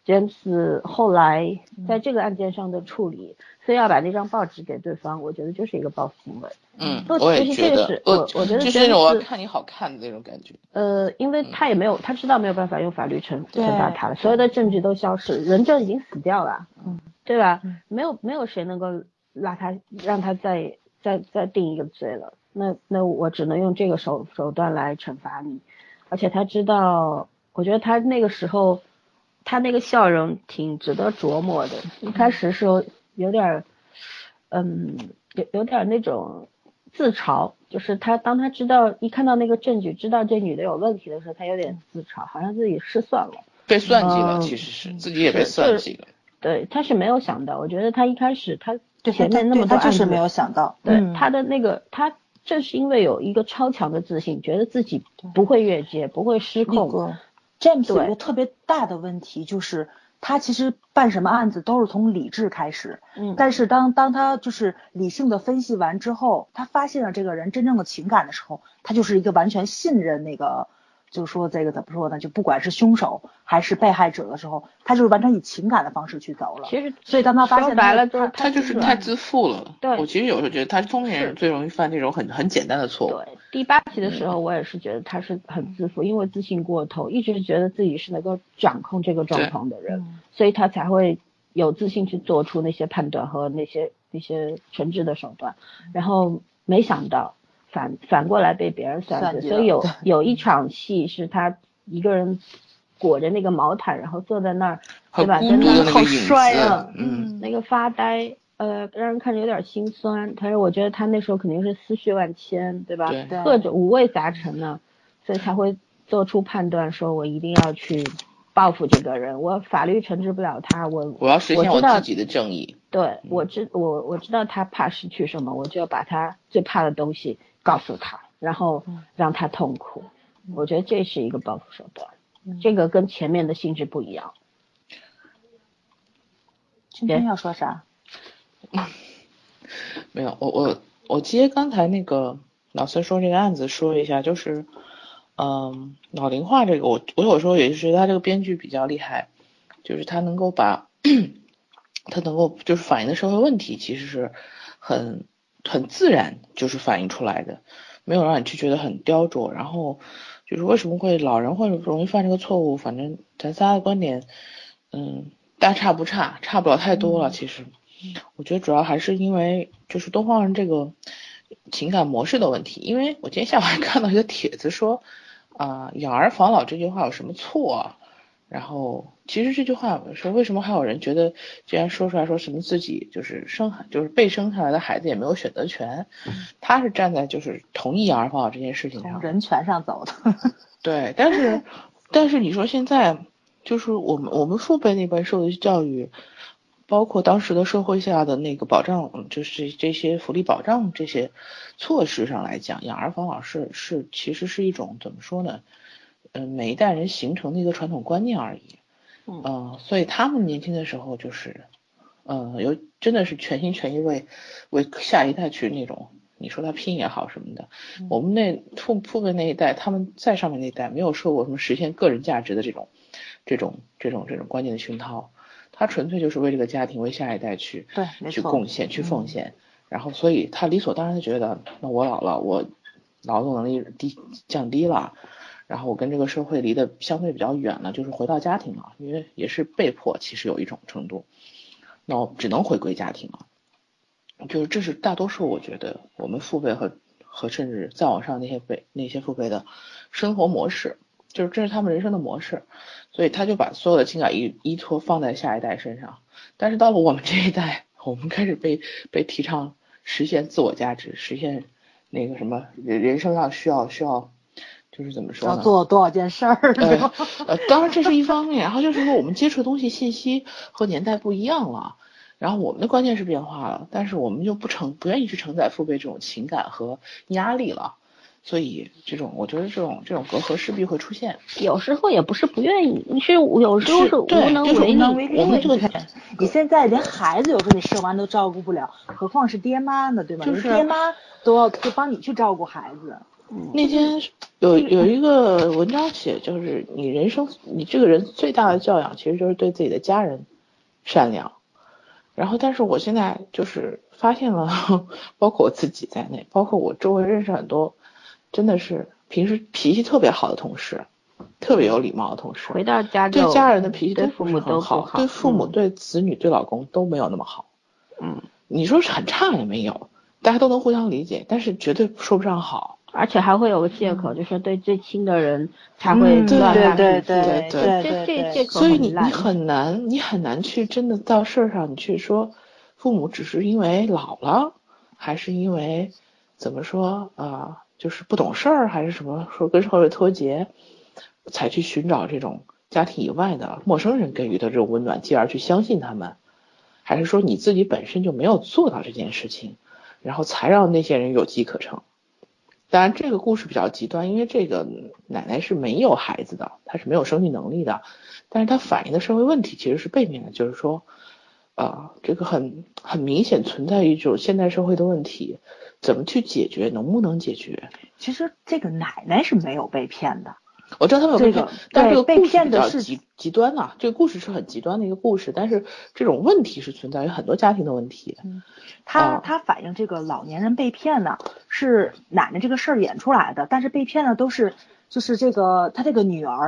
James 后来在这个案件上的处理，非要把那张报纸给对方，我觉得就是一个报复行为。 我也觉得， 我觉得就是那种我要看你好看的那种感觉。 因为他也没有，他知道没有办法用法律惩罚他了，所有的证据都消失，人就已经死掉了，对吧？没有谁能够让他再定一个罪了，那我只能用这个手段来惩罚你。而且他知道，我觉得他那个时候他那个笑容挺值得琢磨的。一开始是有点有点那种自嘲，就是当他一看到那个证据，知道这女的有问题的时候，他有点自嘲，好像自己失算了， 被算计了，其实是自己也被算计了。 对，他是没有想到，我觉得他一开始他前面那么多案子， 他就是没有想到， 对他的那个他正是因为有一个超强的自信，觉得自己不会越界，不会失控。 James 有一个特别大的问题，就是他其实办什么案子都是从理智开始，但是当他就是理性的分析完之后，他发现了这个人真正的情感的时候，他就是一个完全信任那个。就是说这个怎么说呢？就不管是凶手还是被害者的时候，他就是完全以情感的方式去走了。 其实， 所以当他发现白了之后， 他就是太自负了。 对， 我其实有时候觉得他中年人最容易犯这种很简单的错误。 对，第8集的时候，我也是觉得他是很自负，因为自信过头，一直觉得自己是能够掌控这个状况的人，所以他才会有自信去做出那些判断和那些惩治的手段，然后没想到。反过来被别人算计，所以有一场戏是他一个人裹着那个毛毯，然后坐在那儿，对吧？ 很孤独的那个好影子， 帅啊那个发呆，让人看着有点心酸。但是我觉得他那时候肯定是思绪万千，对吧？ 对各种五味杂陈呢，所以才会做出判断，说我一定要去报复这个人，我法律惩治不了他，我要实现我知道自己的正义。 对，我知道他怕失去什么，我就要把他最怕的东西告诉他，然后让他痛苦。我觉得这是一个报复手段，这个跟前面的性质不一样。 今天要说啥？ 没有，我接刚才那个老孙说这个案子说一下，就是老龄化这个，我有时候也是觉得他这个编剧比较厉害，就是他能够把他能够就是反映的社会问题其实是很自然就是反映出来的，没有让你去觉得很雕琢。然后就是为什么会老人会容易犯这个错误，反正咱仨的观点大差不差，差不了太多了。其实我觉得主要还是因为就是东方人这个情感模式的问题。因为我今天下午还看到一个帖子说养儿防老这句话有什么错啊？然后其实这句话说为什么还有人觉得既然说出来说什么自己就是被生下来的孩子也没有选择权，他是站在就是同意养儿防老这件事情上， 从人权上走的。 对，但是你说现在就是我们父辈那边受的教育，包括当时的社会下的那个保障，就是这些福利保障这些措施上来讲，养儿防老是其实是一种怎么说呢？每一代人形成的一个传统观念而已。所以他们年轻的时候就是真的是全心全意为下一代去那种，你说他拼也好什么的。我们那父辈那一代，他们在上面那一代没有受过什么实现个人价值的这种观念的熏陶，他纯粹就是为这个家庭为下一代去贡献去奉献。然后所以他理所当然的觉得，那我老了，我劳动能力降低了，然后我跟这个社会离得相对比较远了，就是回到家庭了，因为也是被迫，其实有一种程度，那我只能回归家庭了。就是这是大多数我觉得我们父辈和甚至再往上那些父辈的生活模式，就是这是他们人生的模式，所以他就把所有的情感依托放在下一代身上。但是到了我们这一代，我们开始被提倡实现自我价值，实现那个什么人生上需要就是怎么说呢？ 要做多少件事儿？ 当然这是一方面，然后就是说我们接触的东西信息和年代不一样了，然后我们的观念是变化了，但是我们就不愿意去承载父辈这种情感和压力了，所以我觉得这种隔阂势必会出现。 有时候也不是不愿意，你是有时候是无能为力。 我们这个你现在连孩子有时候你生完都照顾不了，何况是爹妈呢，对吧？ 就是爹妈都要帮你去照顾孩子。 那天有一个文章写，就是你这个人最大的教养其实就是对自己的家人善良。然后但是我现在就是发现了，包括我自己在内，包括我周围认识很多真的是平时脾气特别好的同事，特别有礼貌的同事， 回到家对家人的脾气对父母都不好，对父母对子女对老公都没有那么好。你说是很差也没有，大家都能互相理解，但是绝对说不上好。 而且还会有个借口，就是对最亲的人才会乱发脾气。这借口所以你很难去真的到事儿上，你去说父母只是因为老了，还是因为怎么说就是不懂事儿，还是什么说跟社会脱节，才去寻找这种家庭以外的陌生人给予的这种温暖，继而去相信他们，还是说你自己本身就没有做到这件事情，然后才让那些人有机可乘。当然这个故事比较极端，因为这个奶奶是没有孩子的，她是没有生育能力的，但是她反映的社会问题其实是背面的，就是说这个很明显存在一种现代社会的问题，怎么去解决，能不能解决。 其实这个奶奶是没有被骗的， 我知道他们有被骗，但这个被骗的是极端啊，这个故事是很极端的一个故事，但是这种问题是存在于很多家庭的问题。 他反映这个老年人被骗呢，是奶奶这个事儿演出来的，但是被骗的都是就是这个他这个女儿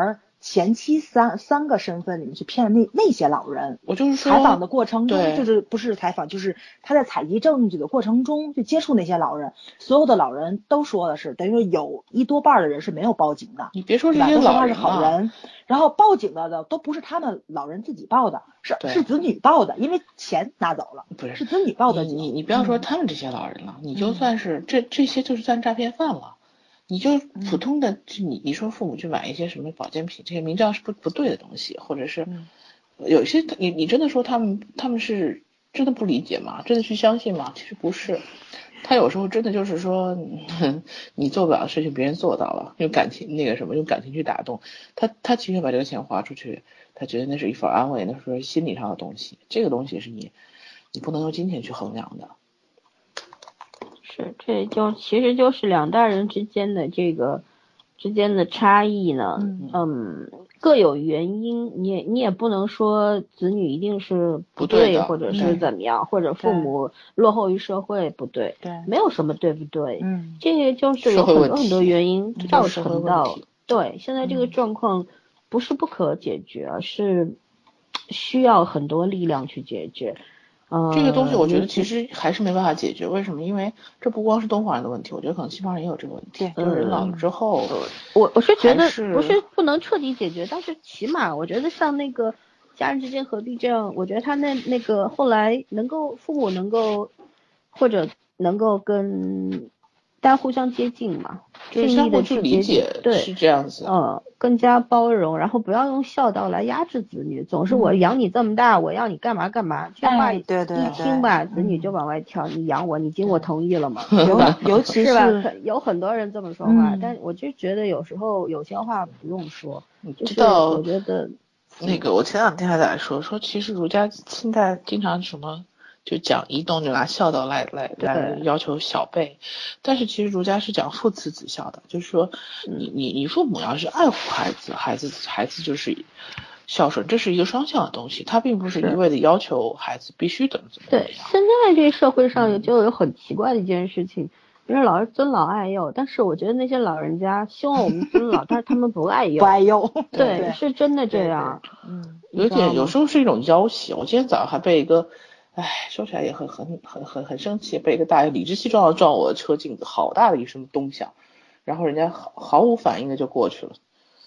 前期三个身份里面去骗那些老人。 我就是说采访的过程中， 对， 就是不是采访，就是他在采集证据的过程中去接触那些老人，所有的老人都说的是，等于说有一多半的人是没有报警的。 你别说这些老人，都说他是好人，然后报警的都不是他们老人自己报的，是子女报的，因为钱拿走了， 不是子女报的。 你不要说他们这些老人了，你就算是这些就是算诈骗犯了。你就普通的，你说父母去买一些什么保健品，这些明知道是不对的东西，或者是有一些你真的说他们是真的不理解吗？真的去相信吗？其实不是，他有时候真的就是说你做不了的事情别人做到了，用感情用感情去打动他情愿把这个钱花出去，他觉得那是一份安慰，那是心理上的东西，这个东西是你不能用金钱去衡量的。 是，这其实就是两代人之间的差异呢，各有原因，你也不能说子女一定是不对，或者是怎么样，或者父母落后于社会不对，没有什么对不对，这个就是有很多原因造成的。对，现在这个状况不是不可解决，而是需要很多力量去解决。 这个东西我觉得其实还是没办法解决，为什么？因为这不光是东方人的问题，我觉得可能西方人也有这个问题，就是人老了之后， 我是觉得不是不能彻底解决，但是起码我觉得像那个家人之间合璧这样，我觉得他那个后来父母能够或者能够跟大家互相接近嘛， 就是相互去理解， 对， 是这样子。 更加包容，然后不要用孝道来压制子女，总是我养你这么大，我要你干嘛干嘛，这话一听吧，子女就往外跳，你养我，你经我同意了吗？对吧？ 尤其是吧？有很多人这么说话，但我就觉得有时候有些话不用说，就是我觉得那个我前两天还在说，其实儒家现在经常什么。就讲移动，就拿孝道来要求小辈，但是其实儒家是讲父慈子孝的，就是说你父母要是爱护孩子，孩子就是孝顺，这是一个双向的东西，他并不是一味的要求孩子必须怎么样。 对，现在这个社会上就有很奇怪的一件事情，就是老是尊老爱幼，但是我觉得那些老人家希望我们尊老，但是他们不爱幼， 不爱幼， 对，是真的这样。 有时候是一种要挟。我今天早上还被一个。说起来也很生气，被一个大爷理直气壮的撞我的车镜子，好大的一声咚响，然后人家毫无反应的就过去了。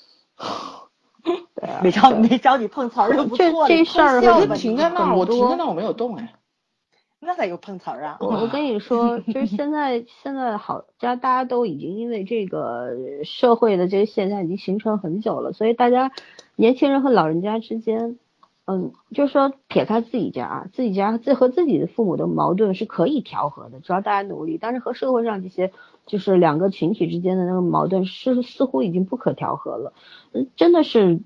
没找你碰瓷儿就不错了。 这事儿我就停在那儿，我没有动那咋又碰瓷儿啊？ 我跟你说，就是现在大家都已经因为这个社会的这个现象已经形成很久了，所以大家年轻人和老人家之间。就是说撇开自己家和自己的父母的矛盾是可以调和的，只要大家努力。但是和社会上这些就是两个群体之间的那个矛盾似乎已经不可调和了。真的是，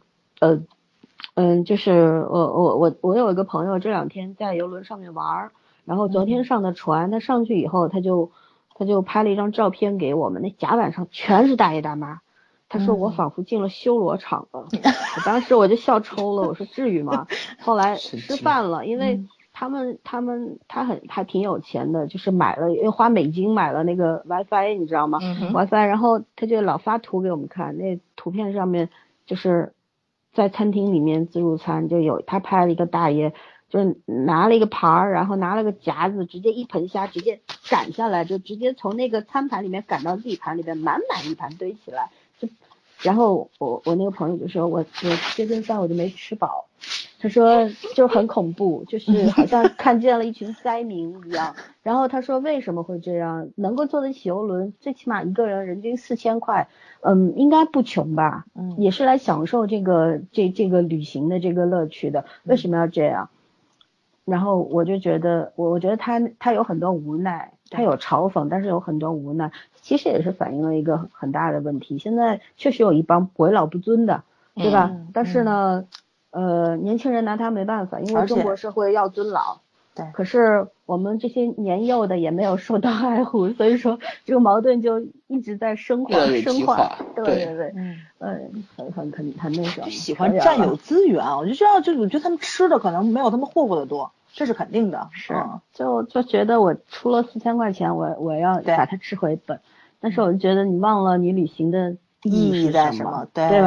就是我有一个朋友这两天在邮轮上面玩，然后昨天上的船，他上去以后他就拍了一张照片给我们，那甲板上全是大爷大妈。他说我仿佛进了修罗场了，我当时我就笑抽了，我说至于吗？后来吃饭了，因为他还挺有钱的，就是花美金买了那个 WiFi， 你知道吗？WiFi， 然后他就老发图给我们看，那图片上面就是在餐厅里面自助餐就有他拍了一个大爷，就是拿了一个盘儿，然后拿了个夹子，直接一盆虾直接赶下来，就直接从那个餐盘里面赶到自己盘里面，满一盘堆起来。然后我那个朋友就说我这顿饭我就没吃饱，他说就很恐怖，就是好像看见了一群灾民一样。然后他说为什么会这样？能够坐得起邮轮，最起码一个人人均4000块，应该不穷吧？也是来享受这个旅行的这个乐趣的，为什么要这样？然后我就觉得，我觉得他有很多无奈，他有嘲讽，但是有很多无奈，其实也是反映了一个很大的问题。现在确实有一帮为老不尊的，对吧？但是呢，年轻人拿他没办法，因为中国社会要尊老。 对。 可是我们这些年幼的也没有受到爱护，所以说这个矛盾就一直在深化。对。很那种。 喜欢占有资源，我就觉得他们吃的可能没有他们霍霍的多。这是肯定的， 是，就觉得我出了4000块钱，我要把它吃回本，但是我就觉得你忘了你旅行的意义是什么，对吧？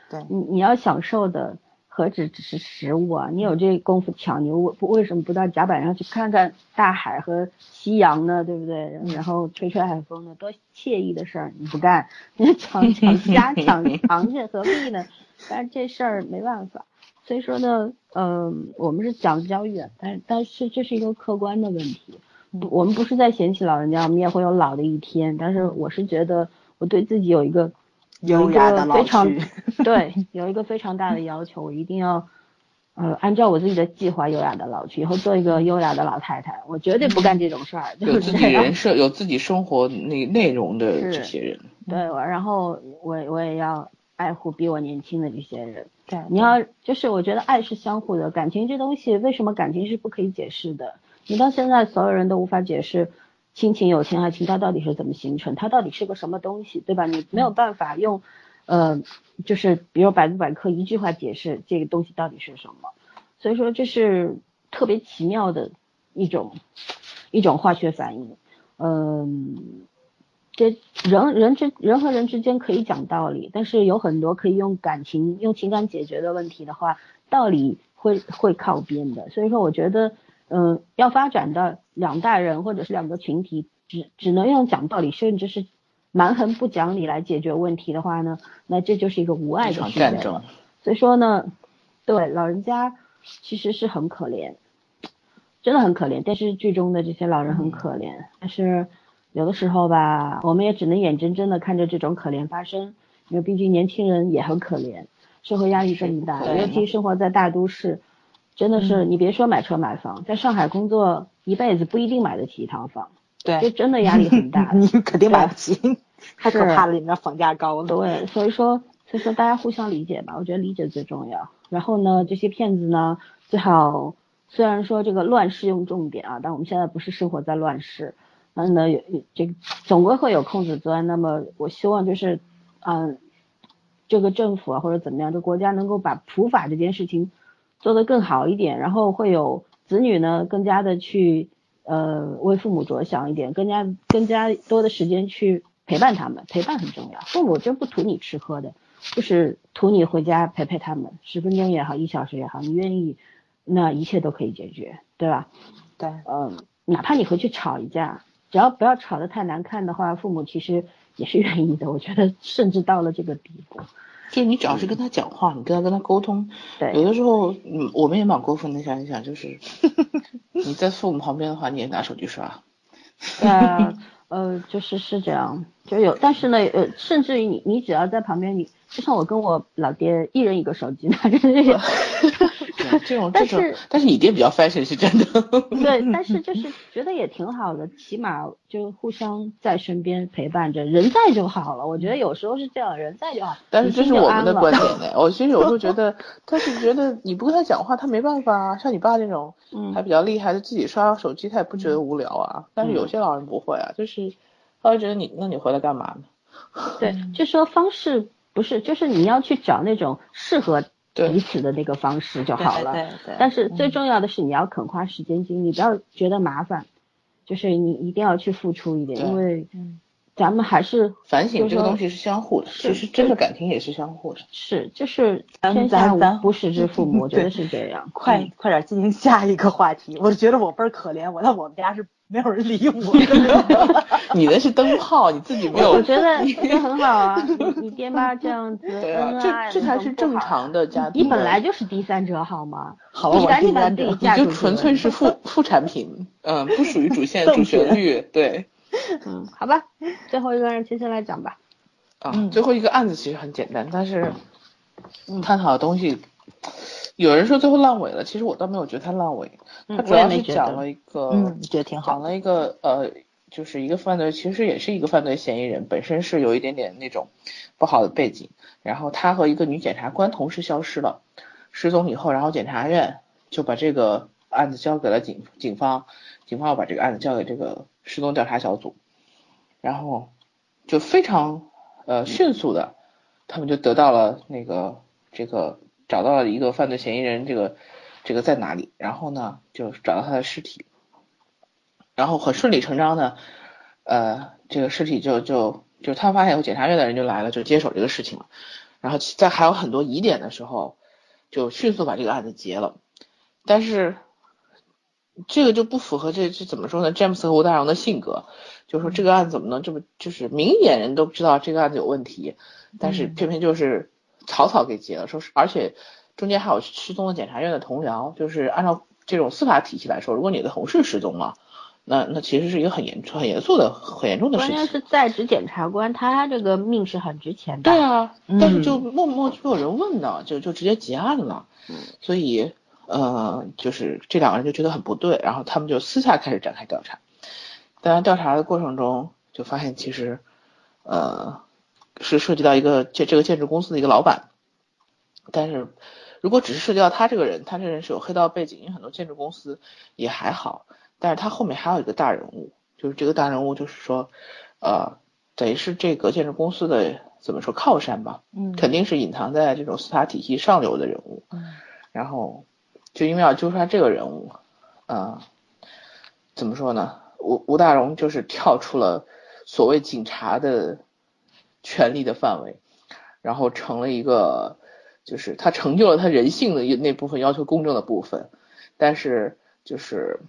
对， 你要享受的何止只是食物啊！你有这功夫抢，你为什么不到甲板上去看看大海和夕阳呢？对不对？然后吹吹海风呢，多惬意的事儿！你不干，你抢虾、抢螃蟹，何必呢？但是这事儿没办法。所以说呢，我们是讲得比较远，但是这是一个客观的问题。我们不是在嫌弃老人家，我们也会有老的一天。但是我是觉得，我对自己有一个非常对，有一个非常大的要求，我一定要按照我自己的计划优雅的老去，以后做一个优雅的老太太。我绝对不干这种事儿。 有自己人设、有自己生活内容的这些人。 对，然后我也要爱护比我年轻的这些人。 对， 你要就是我觉得爱是相互的，感情这东西为什么感情是不可以解释的？你到现在所有人都无法解释亲情、友情、爱情它到底是怎么形成，它到底是个什么东西，对吧？你没有办法用就是比如百度百科一句话解释这个东西到底是什么。所以说这是特别奇妙的一种化学反应。这人和人之间可以讲道理，但是有很多可以用情感解决的问题的话，道理会靠边的。所以说我觉得要发展到两代人或者是两个群体只能用讲道理甚至是蛮横不讲理来解决问题的话呢，那这就是一个无爱的世界了。所以说呢，对老人家其实是很可怜，真的很可怜，电视剧中的这些老人很可怜，但是有的时候吧，我们也只能眼睁睁的看着这种可怜发生，因为毕竟年轻人也很可怜，社会压力这么大，尤其生活在大都市，真的是你别说买车买房，在上海工作一辈子不一定买得起一套房， 对， 就真的压力很大。 你肯定买不起，太可怕了，里面房价高了。 对，所以说大家互相理解吧，我觉得理解最重要。然后呢，这些骗子呢，最好虽然说这个乱世用重点啊，但我们现在不是生活在乱世，那呢这个总归会有空子钻。那么我希望就是这个政府啊或者怎么样，这国家能够把普法这件事情做得更好一点，然后会有子女呢更加的去为父母着想一点，更加多的时间去陪伴他们，陪伴很重要。父母真不图你吃喝的，就是图你回家陪他们，10分钟也好，1小时也好，你愿意，那一切都可以解决，对吧？ 对， 哪怕你回去吵一架，只要不要吵得太难看的话，父母其实也是愿意的。我觉得甚至到了这个地步， 就你只要是跟他讲话，你跟他沟通， 对， 有的时候我们也蛮过分的，想一想，就是你在父母旁边的话，你也拿手机刷。 就是这样，就有，但是呢，甚至于你只要在旁边，就像我跟我老爹一人一个手机，拿着这个， 但是你爹比较 fashion 是真的。 对，但是就是觉得也挺好的，起码就互相在身边陪伴着，人在就好了。我觉得有时候是这样，人在就好。 但是这是我们的观点呢。我其实有时候觉得，他是觉得你不跟他讲话，他没办法啊。像你爸这种，还比较厉害的，自己刷手机，他也不觉得无聊啊。但是有些老人不会啊，就是他会觉得那你回来干嘛呢？ 对，就说方式不是，就是你要去找那种适合彼此的那个方式就好了。 对。 但是最重要的是你要肯花时间精力，不要觉得麻烦，就是你一定要去付出一点，因为咱们还是反省这个东西是相互的，其实真的感情也是相互的。 是，就是天下无不是之父母，我觉得是这样。 快点进行下一个话题。我觉得我倍儿可怜，我在我们家是没有人理我。 你的是灯泡，你自己没有。 我觉得很好啊，你爹妈这样子恩爱， 这才是正常的家庭。 你本来就是第三者好吗？ 好，我赶紧把自己嫁出去。 你就纯粹是副产品，不属于主线主旋律，对。 好吧，最后一个人亲身来讲吧。 最后一个案子其实很简单，但是探讨的东西，有人说最后烂尾了，其实我倒没有觉得它烂尾，它主要是讲了一个， 觉得挺好， 讲了一个就是一个犯罪，其实也是一个犯罪嫌疑人，本身是有一点点那种不好的背景，然后他和一个女检察官同时消失了，失踪以后，然后检察院就把这个案子交给了警方要把这个案子交给这个失踪调查小组，然后就非常迅速的，他们就得到了这个找到了一个犯罪嫌疑人，这个在哪里，然后呢就找到他的尸体，然后很顺理成章的这个尸体就他发现以后，检察院的人就来了，就接手这个事情了， 然后在还有很多疑点的时候，就迅速把这个案子结了。但是这个就不符合这怎么说呢？詹姆斯和吴大荣的性格，就是说这个案子怎么能这么就是明眼人都知道这个案子有问题，但是偏偏就是草草给结了，说是而且中间还有失踪的检察院的同僚，就是按照这种司法体系来说，如果你的同事失踪了，那其实是一个很严重的事情。 关键是在职检察官，他这个命是很值钱的。 对啊，但是就默默就没有人问呢，就直接结案了。所以就是这两个人就觉得很不对，然后他们就私下开始展开调查。在调查的过程中，就发现其实是涉及到一个这个建筑公司的一个老板，但是如果只是涉及到他这个人是有黑道背景，因为很多建筑公司也还好，但是他后面还有一个大人物，就是这个大人物就是说等于是这个建筑公司的怎么说靠山吧，肯定是隐藏在这种司法体系上流的人物，然后就因为要揪出来这个人物，怎么说呢？吴大荣就是跳出了所谓警察的权力的范围，然后成了一个，就是他成就了他人性的那部分要求公正的部分，但是就是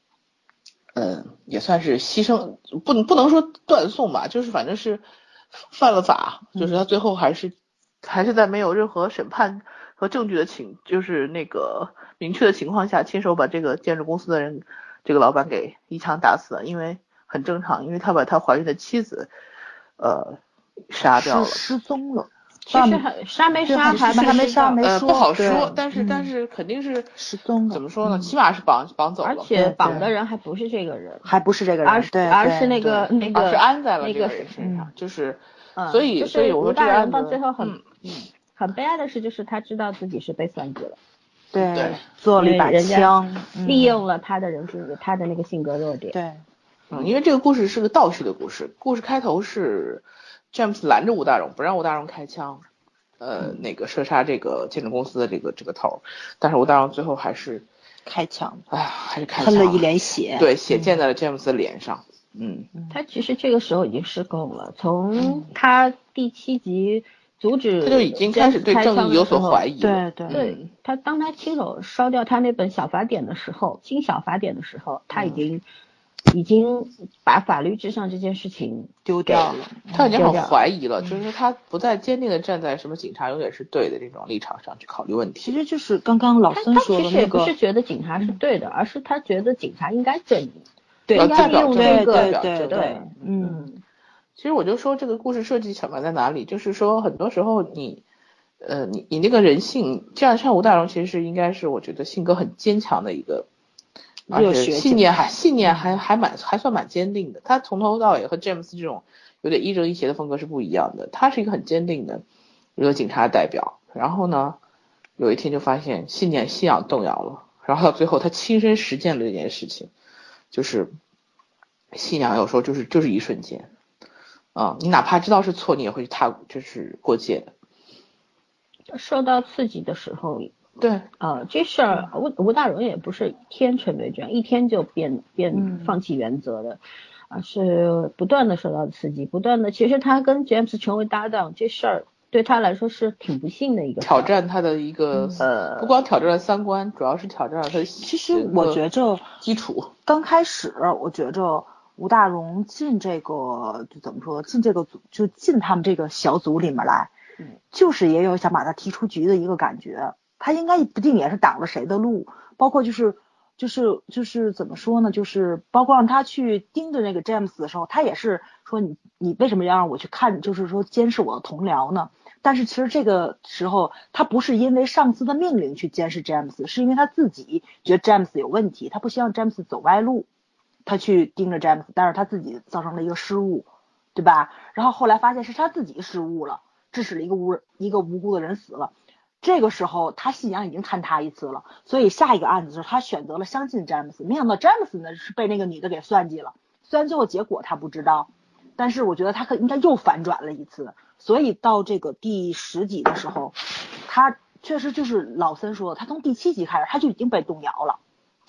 也算是牺牲，不能说断送吧，就是反正是犯了法，就是他最后还是在没有任何审判和证据的就是那个明确的情况下，亲手把这个建筑公司的人，这个老板给一枪打死了。因为很正常，因为他把他怀孕的妻子杀掉了， 失踪了。 其实杀没杀还没杀没说， 不好说，但是肯定是失踪了。 怎么说呢？起码是绑走了， 而且绑的人还不是这个人， 还不是这个人， 而是那个是安在了这个人身上，就是所以我说这个案子到最后很悲哀的是，就是他知道自己是被算计了， 对，做了一把枪， 利用了他的他的那个性格弱点， 对， 因为这个故事是个倒叙的故事，故事开头是詹姆斯拦着吴大荣，不让吴大荣开枪，那个射杀这个建筑公司的这个头，但是吴大荣最后还是开枪， 还是开枪， 喷了一脸血， 对，血溅在了詹姆斯的脸上。 他其实这个时候已经失控了，从他第7集阻止他就已经开始对正义有所怀疑了。 对，当他亲手烧掉他那本小法典的时候，新小法典的时候，他已经把法律至上这件事情丢掉了， 他已经很怀疑了，就是他不再坚定的站在什么警察永远是对的这种立场上去考虑问题。 其实就是刚刚老孙说的他其实也不是觉得警察是对的，而是他觉得警察应该正义， 对， 应该用这个对， 其实我就说这个故事设计巧妙在哪里，就是说很多时候你那个人性，这样像吴大荣其实是应该是我觉得性格很坚强的一个。而且信念还算蛮坚定的，他从头到尾和詹姆斯这种有点亦正亦邪的风格是不一样的，他是一个很坚定的一个警察代表，然后呢有一天就发现信仰动摇了，然后到最后他亲身实践了这件事情，就是信仰有时候就是一瞬间你哪怕知道是错，你也会就是过界的。 受到刺激的时候， 对， 这事儿吴大荣也不是一天成为这样，一天就变放弃原则的，而是不断的受到刺激，不断的。其实他跟 James 成为搭档，这事儿对他来说是挺不幸的一个挑战他的一个不光挑战了3观，主要是挑战了他。 其实我觉着基础刚开始，我觉着吴大荣进这个就怎么说，进这个组就进他们这个小组里面来，就是也有想把他踢出局的一个感觉。他应该不定也是挡了谁的路，包括就是怎么说呢，就是包括让他去盯着那个詹姆斯的时候，他也是说你为什么要让我去看，就是说监视我的同僚呢？但是其实这个时候他不是因为上司的命令去监视詹姆斯，是因为他自己觉得詹姆斯有问题，他不希望詹姆斯走歪路，他去盯着詹姆斯，但是他自己造成了一个失误，对吧？然后后来发现是他自己失误了，致使了一个无辜的人死了。这个时候他信仰已经坍塌一次了，所以下一个案子的时候他选择了相信詹姆斯，没想到詹姆斯呢是被那个女的给算计了，虽然最后结果他不知道，但是我觉得他应该又反转了一次，所以到这个第10集的时候，他确实就是老森说的，他从第7集开始他就已经被动摇了，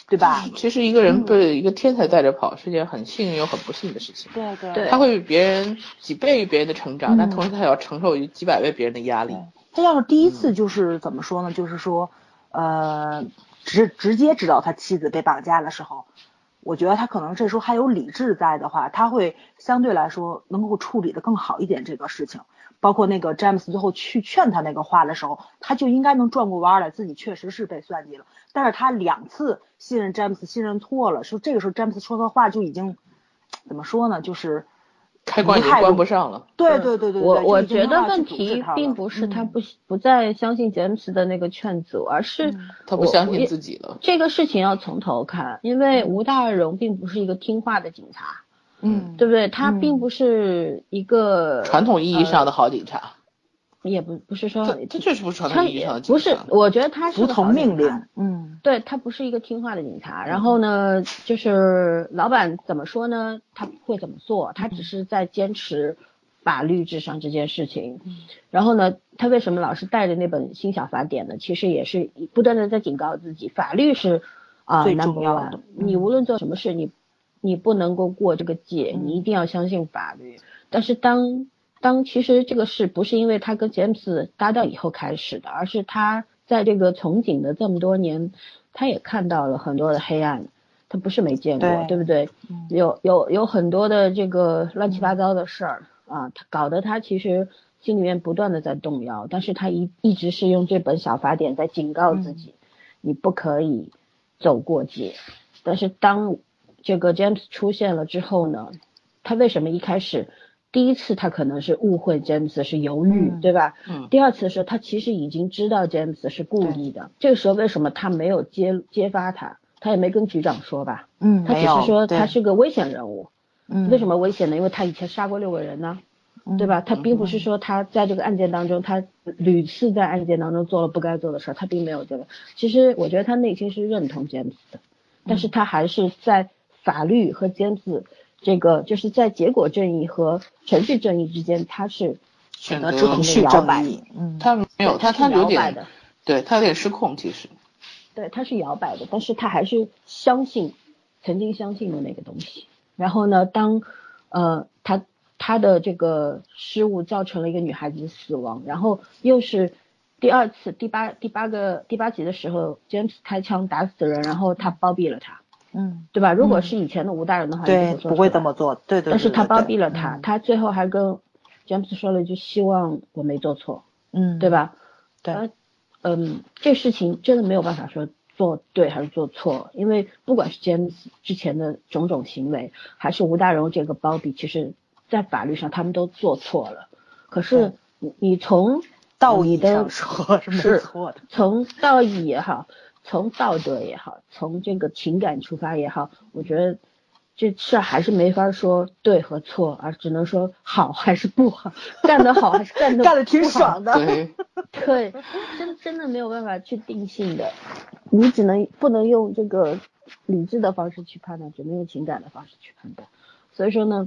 对吧？ 其实一个人被一个天才带着跑是件很幸运又很不幸的事情。 对， 他会比别人几倍于别人的成长，但同时他也要承受几百倍别人的压力。 他要是第一次就是怎么说呢？就是说，直接知道他妻子被绑架的时候，我觉得他可能这时候还有理智在的话，他会相对来说能够处理的更好一点这个事情。包括那个詹姆斯最后去劝他那个话的时候，他就应该能转过弯来，自己确实是被算计了。但是他2次信任詹姆斯，信任错了，说这个时候詹姆斯说的话就已经怎么说呢？就是开关已经关不上了。 对， 我觉得问题并不是他不再相信詹姆斯的那个劝阻，而是他不相信自己了。 这个事情要从头看，因为吴大荣并不是一个听话的警察。对不对？他并不是一个传统意义上的好警察， 也不是说这确实不是传统意义上的警察。 不是，我觉得他是服从命令。 对，他不是一个听话的警察。然后呢，就是老板怎么说呢？他会怎么做？他只是在坚持法律至上这件事情。然后呢，他为什么老是带着那本新小法典呢？其实也是不断的在警告自己，法律是最重要的。 你无论做什么事，你不能够过这个界，你一定要相信法律。但是当其实这个事不是因为他跟詹姆斯搭档以后开始的，而是他在这个从警的这么多年，他也看到了很多的黑暗，他不是没见过，对不对？有很多的这个乱七八糟的事儿啊，他搞得他其实心里面不断的在动摇，但是他一直是用这本小法典在警告自己，你不可以走过界。但是当这个 James 出现了之后呢，他为什么一开始第一次他可能是误会 James 是犹豫，对吧？第二次的时候他其实已经知道 James 是故意的。这个时候为什么他没有揭发他也没跟局长说吧？他只是说他是个危险人物。为什么危险呢？因为他以前杀过6个人呢，对吧？他并不是说他在这个案件当中他屡次在案件当中做了不该做的事，他并没有这个。其实我觉得他内心是认同 James 的，但是他还是在法律和James这个就是在结果正义和程序正义之间，他是选择程序正义。 他没有，他有点，对，他有点失控，其实。 对，他是摇摆的，但是他还是曾经相信的那个东西。然后呢，当他的这个失误造成了一个女孩子的死亡，然后又是第二次第八集的时候 ，James 开枪打死人，然后他包庇了他。对吧？如果是以前的吴大人的话， 对，不会这么做。对。 但是他包庇了他，他最后还跟 James 说了一句希望我没做错，对吧？ 对。 这事情真的没有办法说做对还是做错，因为不管是 James 之前的种种行为，还是吴大荣这个包庇，其实在法律上他们都做错了。可是你从道义上说是没错的， 从道义也好，从道德也好，从这个情感出发也好，我觉得这事还是没法说对和错，而只能说好还是不好，干得好还是干得挺爽的。 对，真的没有办法去定性的，你不能用这个理智的方式去判断，只能用情感的方式去判断。所以说呢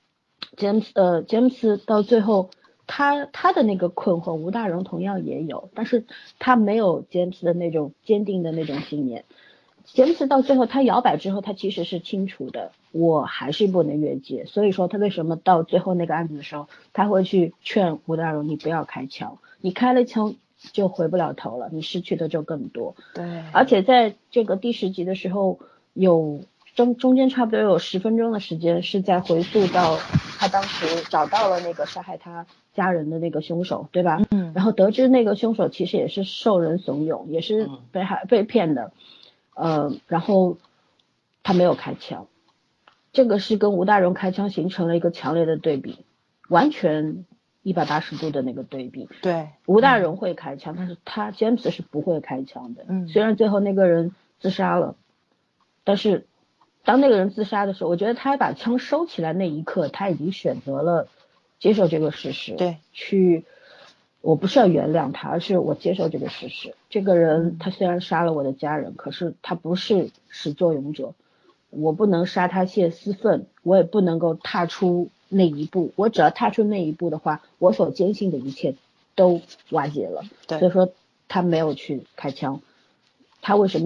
，James 到最后他的那个困惑，吴大荣同样也有，但是他没有 James 的那种坚定的那种信念。James 到最后他摇摆之后，他其实是清楚的，我还是不能越界。所以说他为什么到最后那个案子的时候，他会去劝吴大荣，你不要开枪，你开了枪就回不了头了，你失去的就更多。 对。 而且在这个第10集的时候，有中间差不多有10分钟的时间是在回溯到他当时找到了那个杀害他家人的那个凶手，对吧？然后得知那个凶手其实也是受人怂恿，也是被骗的，然后他没有开枪，这个是跟吴大荣开枪形成了一个强烈的对比，完全180度的那个对比。 对， 吴大荣会开枪，但是他 James 是不会开枪的。虽然最后那个人自杀了，但是当那个人自杀的时候，我觉得他把枪收起来那一刻，他已经选择了接受这个事实。 对， 我不是要原谅他，而是我接受这个事实。这个人他虽然杀了我的家人，可是他不是始作俑者，我不能杀他泄私愤，我也不能够踏出那一步。我只要踏出那一步的话，我所坚信的一切都瓦解了。 对， 所以说他没有去开枪。他为什么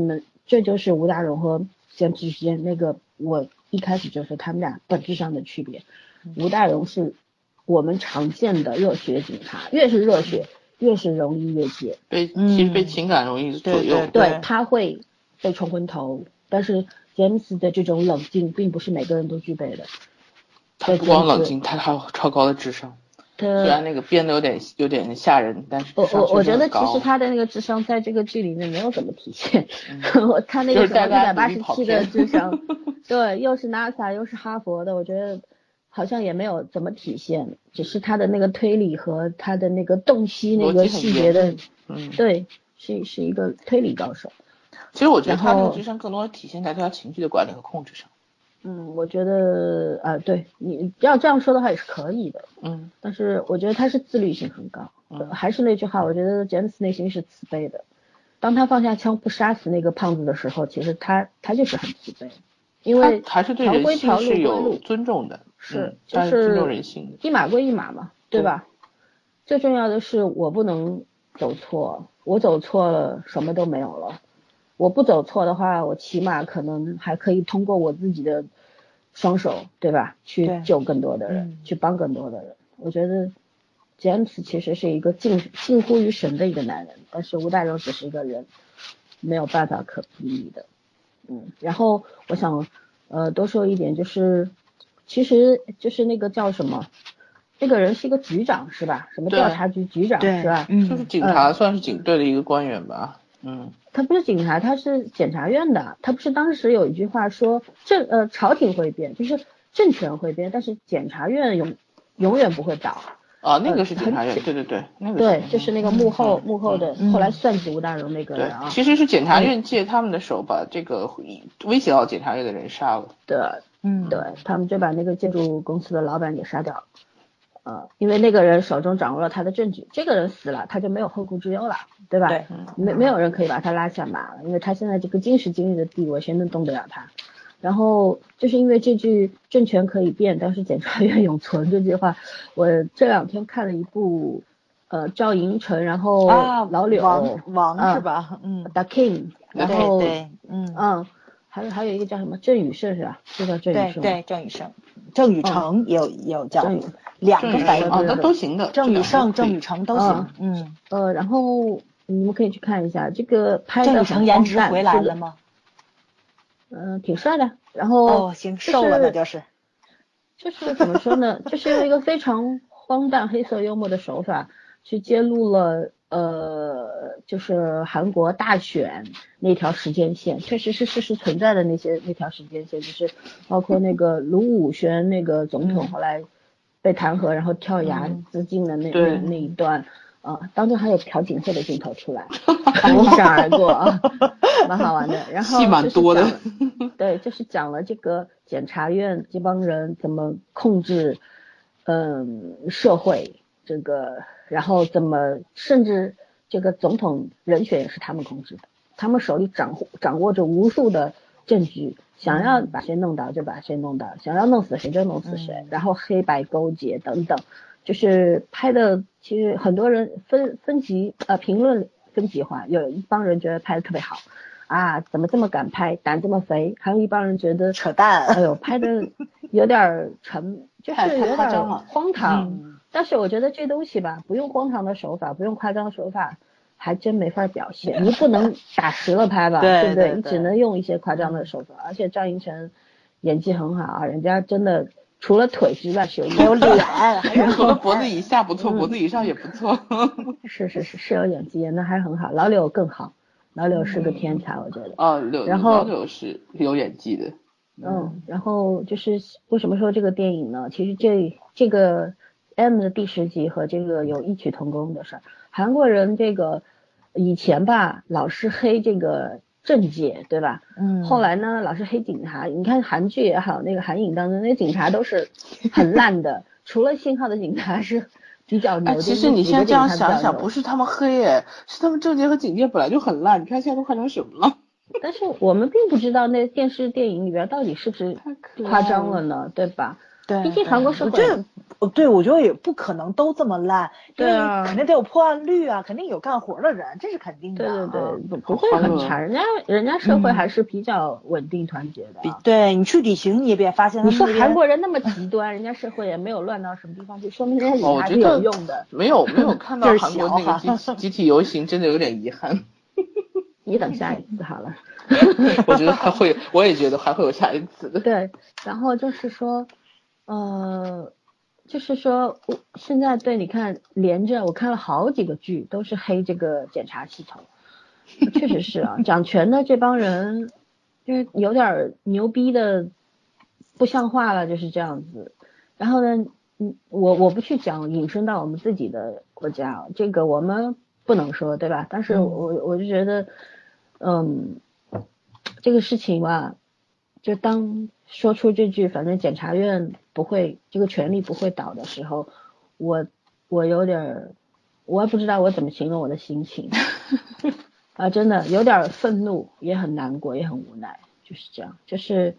这就是吴大荣和姜之间那个，我一开始就说他们俩本质上的区别。吴大荣是我们常见的热血警察，越是热血越是容易越界， 其实被情感容易左右。 对，他会被冲昏头，但是詹姆斯的这种冷静并不是每个人都具备的。 他不光冷静，他还有超高的智商。虽然那个编的有点吓人，但是我觉得其实他的那个智商在这个剧里面没有怎么体现。他那个什么187的智商，对，又是 NASA 又是哈佛的，我觉得好像也没有怎么体现，只是他的那个推理和他的那个洞悉那个细节的，对，是一个推理高手。 其实我觉得他那个智商更多体现在对他情绪的管理和控制上。 我觉得对，你要这样说的话也是可以的，但是我觉得他是自律性很高，还是那句话，我觉得詹姆斯内心是慈悲的。当他放下枪不杀死那个胖子的时候，其实他就是很慈悲，因为还是对人性是有尊重的， 就是尊重人性的， 一码归一码嘛，对吧？最重要的是我不能走错，我走错了什么都没有了。我不走错的话，我起码可能还可以通过我自己的双手，对吧？去救更多的人，去帮更多的人。我觉得詹姆斯其实是一个近乎于神的一个男人，但是吴大荣只是一个人，没有办法可比拟的。然后我想多说一点，就是其实就是那个叫什么，那个人是一个局长是吧？什么调查局局长是吧？ 就是警察，算是警队的一个官员吧。 他不是警察，他是检察院的。他不是当时有一句话说，朝廷会变，就是政权会变，但是检察院永远不会倒。 那个是检察院，对，那个对，就是那个幕后的，后来算计吴大荣那个人啊。 其实是检察院借他们的手把这个威胁到检察院的人杀了。 对，他们就把那个建筑公司的老板给杀掉了。因为那个人手中掌握了他的证据，这个人死了，他就没有后顾之忧了，对吧？ 对， 没有人可以把他拉下马了，因为他现在这个今时今日的地位，谁能动得了他？然后就是因为这句政权可以变，但是检察院永存这句话，我这2天看了一部赵寅成，然后老柳王是吧 ？The King， 然后对， 还有一个叫什么郑宇盛是吧？就叫郑宇盛。 对，郑宇盛，郑宇成也有叫2个白人都行的， 郑宇盛、郑宇成都行。 然后你们可以去看一下这个拍的。 郑宇成颜值回来了吗？ 挺帅的。然后行，瘦了那就是。 就是怎么说呢？就是用一个非常荒诞黑色幽默的手法去揭露了就是韩国大选那条时间线，确实是事实存在的那条时间线，就是包括那个卢武铉那个总统后来被弹劾，然后跳崖自尽的那一段。当中还有朴槿惠的镜头出来，一闪而过啊，蛮好玩的。然后戏蛮多的， 对，就是讲了这个检察院这帮人怎么控制，社会这个，然后怎么甚至这个总统人选也是他们控制的，他们手里掌握着无数的证据，想要把谁弄倒就把谁弄倒，想要弄死谁就弄死谁，然后黑白勾结等等。就是拍的，其实很多人分级评论分级化，有一帮人觉得拍的特别好啊，怎么这么敢拍，胆这么肥，还有一帮人觉得扯淡， 哎呦拍的有点就是有点荒唐。但是我觉得这东西吧，不用荒唐的手法，不用夸张的手法，还真没法表现。你不能打实了拍吧，对不对？你只能用一些夸张的手法。而且赵寅成演技很好啊，人家真的。除了腿之外是有脸， 然后脖子以下不错，脖子以上也不错。 是有演技，演的还很好。老柳更好，老柳是个天才，我觉得。 老柳是有演技的。 然后就是为什么说这个电影呢？其实这个 M 的第10集和这个有异曲同工的事儿。韩国人这个以前吧，老是黑这个。政界对吧？后来呢，老是黑警察。你看韩剧也好，那个韩影当中，那警察都是很烂的，除了信号的警察是比较牛的。 其实你现在这样想想，不是他们黑是他们政界和警界本来就很烂。你看现在都快成什么了？ 但是我们并不知道那电视电影里边到底是不是夸张了呢，对吧？ 对， 毕竟韩国社会对，我觉得也不可能都这么烂，因为对啊肯定得有破案率啊，肯定有干活的人，这是肯定的。 对对对， 啊不会很差，人家社会还是比较稳定团结的啊。 对，你去旅行你也别发现他你说们那边韩国人那么极端，人家社会也没有乱到什么地方去，说明人家我觉还是有得用的。 没有看到劲儿韩国那个小集体游行，真的有点遗憾。 你等下一次好了。 我觉得还会，我也觉得还会有下一次的。 对，然后就是说，就是说，我现在对你看，连着我看了好几个剧，都是黑这个检察系统。确实是啊，掌权的这帮人就是有点牛逼的不像话了，就是这样子。然后呢，我不去讲引申到我们自己的国家，这个我们不能说，对吧？但是我就觉得，这个事情吧，就当说出这句反正检察院不会这个权力不会倒的时候，我有点我也不知道我怎么形容我的心情啊，真的有点愤怒，也很难过，也很无奈，就是这样，就是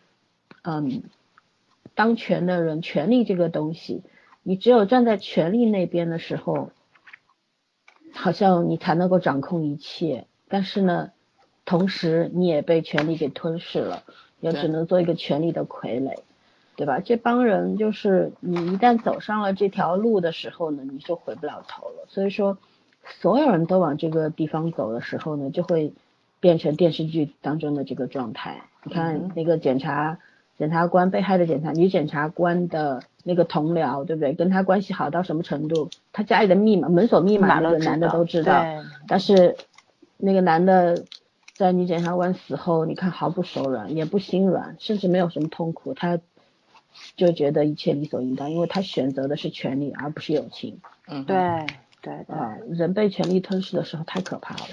当权的人，权力这个东西，你只有站在权力那边的时候，好像你才能够掌控一切，但是呢，同时你也被权力给吞噬了，也只能做一个权力的傀儡，对吧？这帮人就是你一旦走上了这条路的时候呢，你就回不了头了。所以说，所有人都往这个地方走的时候呢，就会变成电视剧当中的这个状态。你看那个检察官被害的女检察官的那个同僚，对不对？跟他关系好到什么程度？他家里的门锁密码那个男的都知道，但是那个男的在女检察官死后，你看毫不手软，也不心软，甚至没有什么痛苦，他就觉得一切理所应当，因为他选择的是权利而不是友情。 对， 人被权力吞噬的时候太可怕了。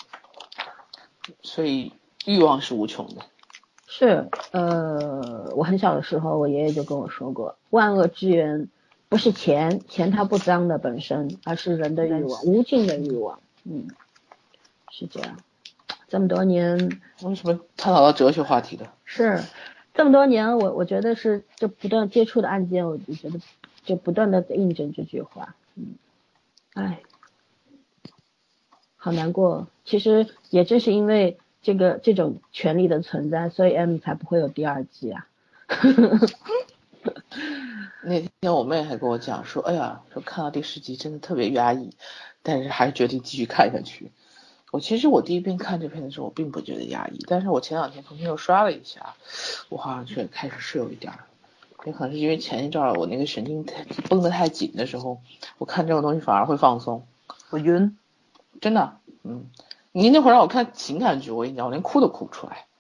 所以欲望是无穷的。 是，我很小的时候，我爷爷就跟我说过，万恶之源不是钱它不脏的本身，而是人的欲望，无尽的欲望。是这样。这么多年， 为什么探讨到哲学话题的？ 是这么多年，我觉得是就不断接触的案件，我就觉得就不断的印证这句话。好难过。其实也正是因为这种权力的存在，所以 M 才不会有第二季啊。 那天我妹还跟我讲说，哎呀，说看到第10集真的特别压抑，但是还是决定继续看下去。其实我第一遍看这片的时候，我并不觉得压抑，但是我前2天重新又刷了一下，我好像却开始是有一点，也可能是因为前一阵我那个神经绷得太紧的时候，我看这种东西反而会放松。 我晕， 真的，你那会儿让我看情感剧，我跟你讲，我连哭都哭不出来。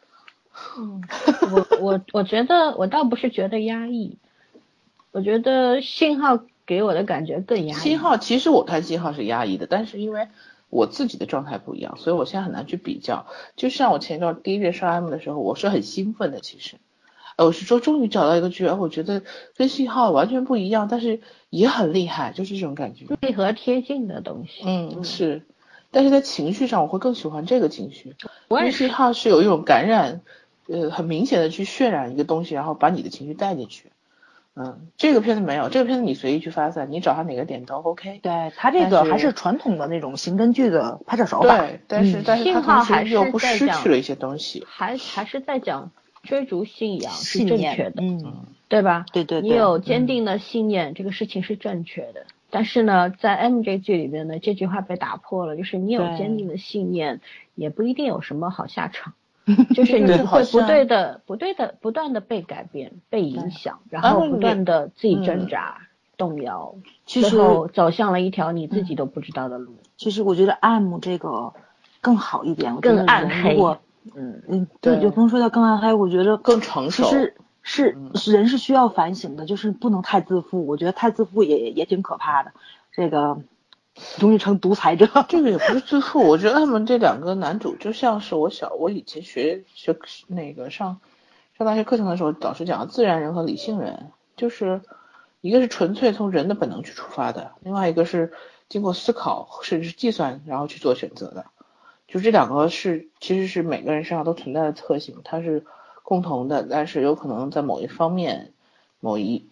我觉得我倒不是觉得压抑，我觉得信号给我的感觉更压抑。 信号其实我看信号是压抑的，但是因为我自己的状态不一样，所以我现在很难去比较。就像我前一段第一遍刷 M 的时候，我是很兴奋的，其实，我是说终于找到一个剧，我觉得跟信号完全不一样，但是也很厉害，就是这种感觉。 配合贴近的东西。 是，但是在情绪上我会更喜欢这个情绪。因为信号是有一种感染，很明显的去渲染一个东西，然后把你的情绪带进去。这个片子没有，这个片子你随意去发散，你找它哪个点都 OK。 对，它这个还是传统的那种刑侦剧的拍摄手法。 对，但是它同时又不失去了一些东西， 还是在讲追逐信仰是正确的， 对吧？ 对， 你有坚定的信念，这个事情是正确的。但是呢，在 M 这剧里面呢，这句话被打破了，就是你有坚定的信念，也不一定有什么好下场。就是你会不断的被改变、被影响，然后不断的自己挣扎、动摇，最后走向了一条你自己都不知道的路。 其实我觉得 M 这个更好一点， 更暗黑。 对，有朋友说到更暗黑，我觉得更成熟。 其实人是需要反省的，就是不能太自负。我觉得太自负也挺可怕的，这个容易成独裁者。 这个也不是自负，我觉得他们这2个男主就像是我以前学那个上大学课程的时候，老师讲的自然人和理性人，就是一个是纯粹从人的本能去出发的，另外一个是经过思考甚至计算然后去做选择的。就这2个其实是每个人身上都存在的特性，它是共同的，但是有可能在某一方面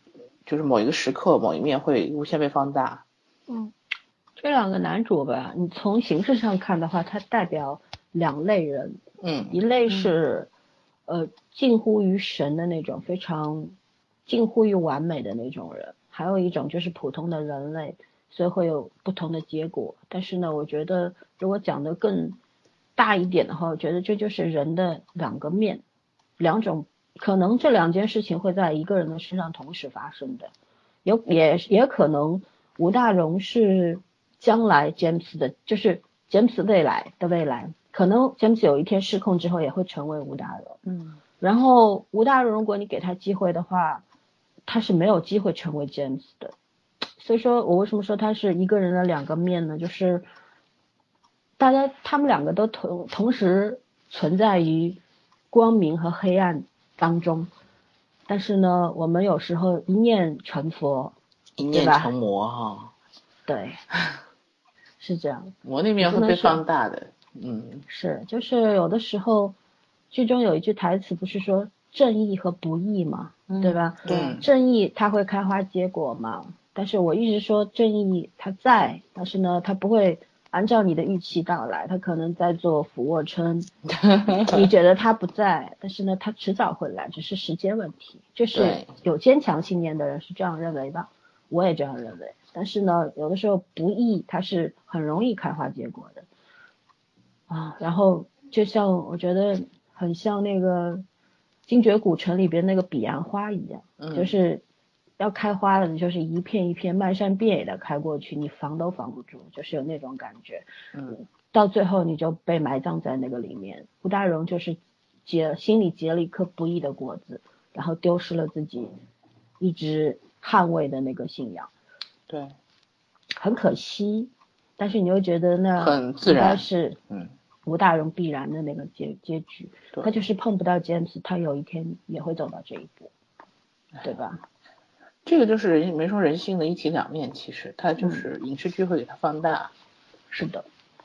就是某一个时刻某一面会无限被放大。 这两个男主吧，你从形式上看的话，它代表两类人，一类是近乎于神的那种，非常近乎于完美的那种人，还有一种就是普通的人类，所以会有不同的结果。但是呢，我觉得如果讲得更大一点的话，我觉得这就是人的两个面，两种可能这两件事情会在一个人的身上同时发生的，也可能吴大荣是将来 James 的，就是 James 未来的未来，可能 James 有一天失控之后也会成为吴大荣。然后吴大荣如果你给他机会的话，他是没有机会成为 James 的。所以说我为什么说他是一个人的两个面呢？就是他们两个都同时存在于光明和黑暗当中，但是呢，我们有时候一念成佛， 一念成魔哈。 对，是这样。 魔那面会被放大的。 是，就是有的时候剧中有一句台词不是说正义和不义嘛，对吧？ 对， 正义它会开花结果嘛，但是我一直说正义它在，但是呢，它不会按照你的预期到来，它可能在做俯卧撑，你觉得它不在，但是呢，它迟早会来，只是时间问题。就是有坚强信念的人是这样认为的，我也这样认为。但是呢，有的时候不义它是很容易开花结果的然后就像我觉得很像那个精绝古城里边那个彼岸花一样，就是要开花了，你就是一片一片漫山遍野的开过去，你防都防不住，就是有那种感觉。到最后你就被埋葬在那个里面。吴大荣就是心里结了一颗不义的果子，然后丢失了自己一直捍卫的那个信仰。 对， 很可惜，但是你又觉得那很自然， 应该是吴大荣必然的那个结局，他就是碰不到 James， 他有一天也会走到这一步，对吧？ 这个就是没说人性的一体两面，其实它就是影视剧会给它放大。 是的。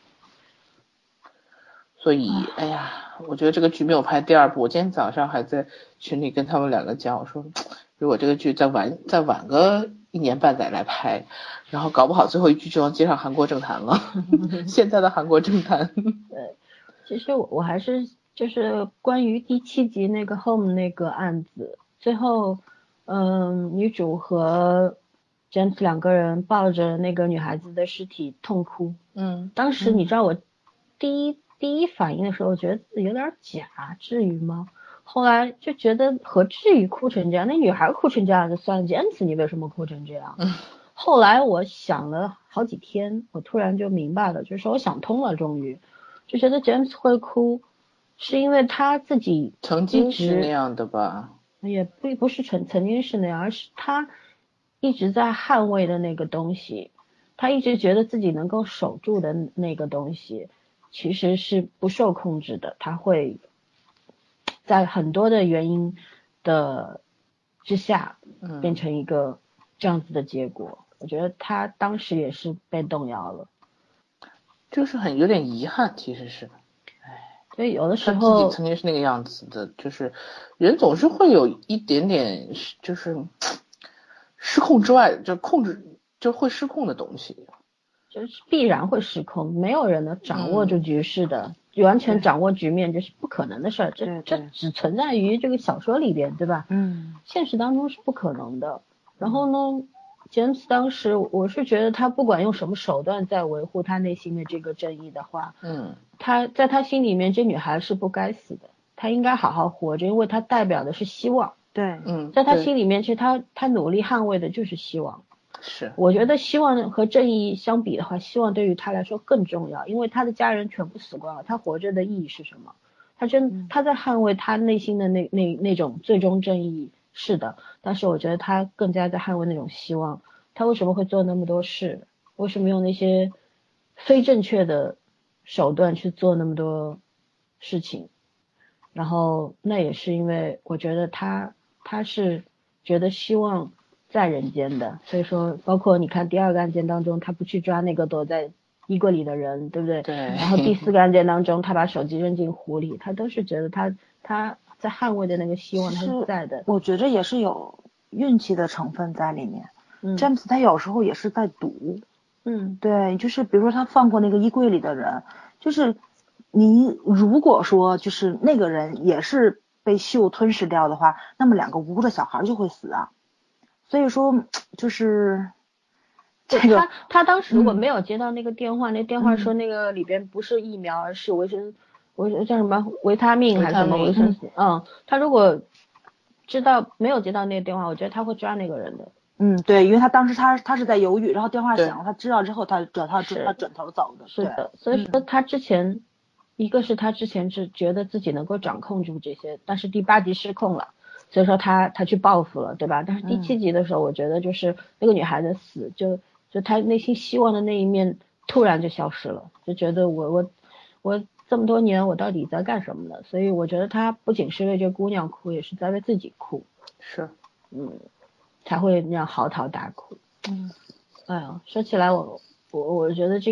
所以哎呀，我觉得这个剧没有拍第二部。我今天早上还在群里跟他们两个讲，我说如果这个剧再晚个1年半载来拍，然后搞不好最后一剧就能接上韩国政坛了。现在的韩国政坛。 对，其实我还是就是关于第7集那个 Home 那个案子，最后女主和 James 两个人抱着那个女孩子的尸体痛哭。当时你知道我第一反应的时候，我觉得有点假，至于吗？后来就觉得何至于哭成这样？那女孩哭成这样就算了，James 你为什么哭成这样？后来我想了好几天，我突然就明白了，就是我想通了，终于就觉得 James 会哭，是因为他自己曾经是那样的吧？ 也不是曾经是那样，而是他一直在捍卫的那个东西，他一直觉得自己能够守住的那个东西，其实是不受控制的，他会在很多的原因的之下变成一个这样子的结果。我觉得他当时也是被动摇了， 就是有点遗憾，其实是。 所以有的时候他自己曾经是那个样子的，就是人总是会有一点点就是失控之外，就会失控的东西， 就是必然会失控，没有人能掌握住局势的，完全掌握局面这是不可能的事儿，这只存在于这个小说里边，对吧？现实当中是不可能的。然后呢，James 当时我是觉得他不管用什么手段在维护他内心的这个正义的话，他在他心里面这女孩是不该死的，他应该好好活着，因为他代表的是希望。 对， 在他心里面其实他努力捍卫的就是希望。 是， 我觉得希望和正义相比的话，希望对于他来说更重要，因为他的家人全部死光了，他活着的意义是什么？他在捍卫他内心的那种最终正义，是的，但是我觉得他更加在捍卫那种希望。他为什么会做那么多事？为什么用那些非正确的手段去做那么多事情？然后那也是因为我觉得他是觉得希望在人间的，所以说包括你看第2个案件当中，他不去抓那个躲在衣柜里的人，对不对？ 对。 然后第4个案件当中，他把手机扔进湖里，他都是觉得他在捍卫的那个希望他是在的。 我觉着也是有运气的成分在里面。詹姆姆斯他有时候也是在赌。对，就是比如说他放过那个衣柜里的人，就是你如果说就是那个人也是被鏽吞噬掉的话，那么2个无辜的小孩就会死啊。所以说就是这个他当时如果没有接到那个电话，那电话说那个里边不是疫苗，而是叫什么维他命还是什么维生素，他如果没有接到那个电话，我觉得他会抓那个人的。 对，因为他当时他是在犹豫，然后电话响了，他知道之后他转头走的。 是的，所以说他之前一个是他之前是觉得自己能够掌控住这些，但是第8集失控了，所以说他去报复了，对吧？但是第7集的时候，我觉得就是那个女孩子死，就他内心希望的那一面突然就消失了，就觉得我这么多年我到底在干什么呢？所以我觉得他不仅是为这姑娘哭，也是在为自己哭。 是， 才会那样嚎啕大哭。哎呀，说起来我觉得这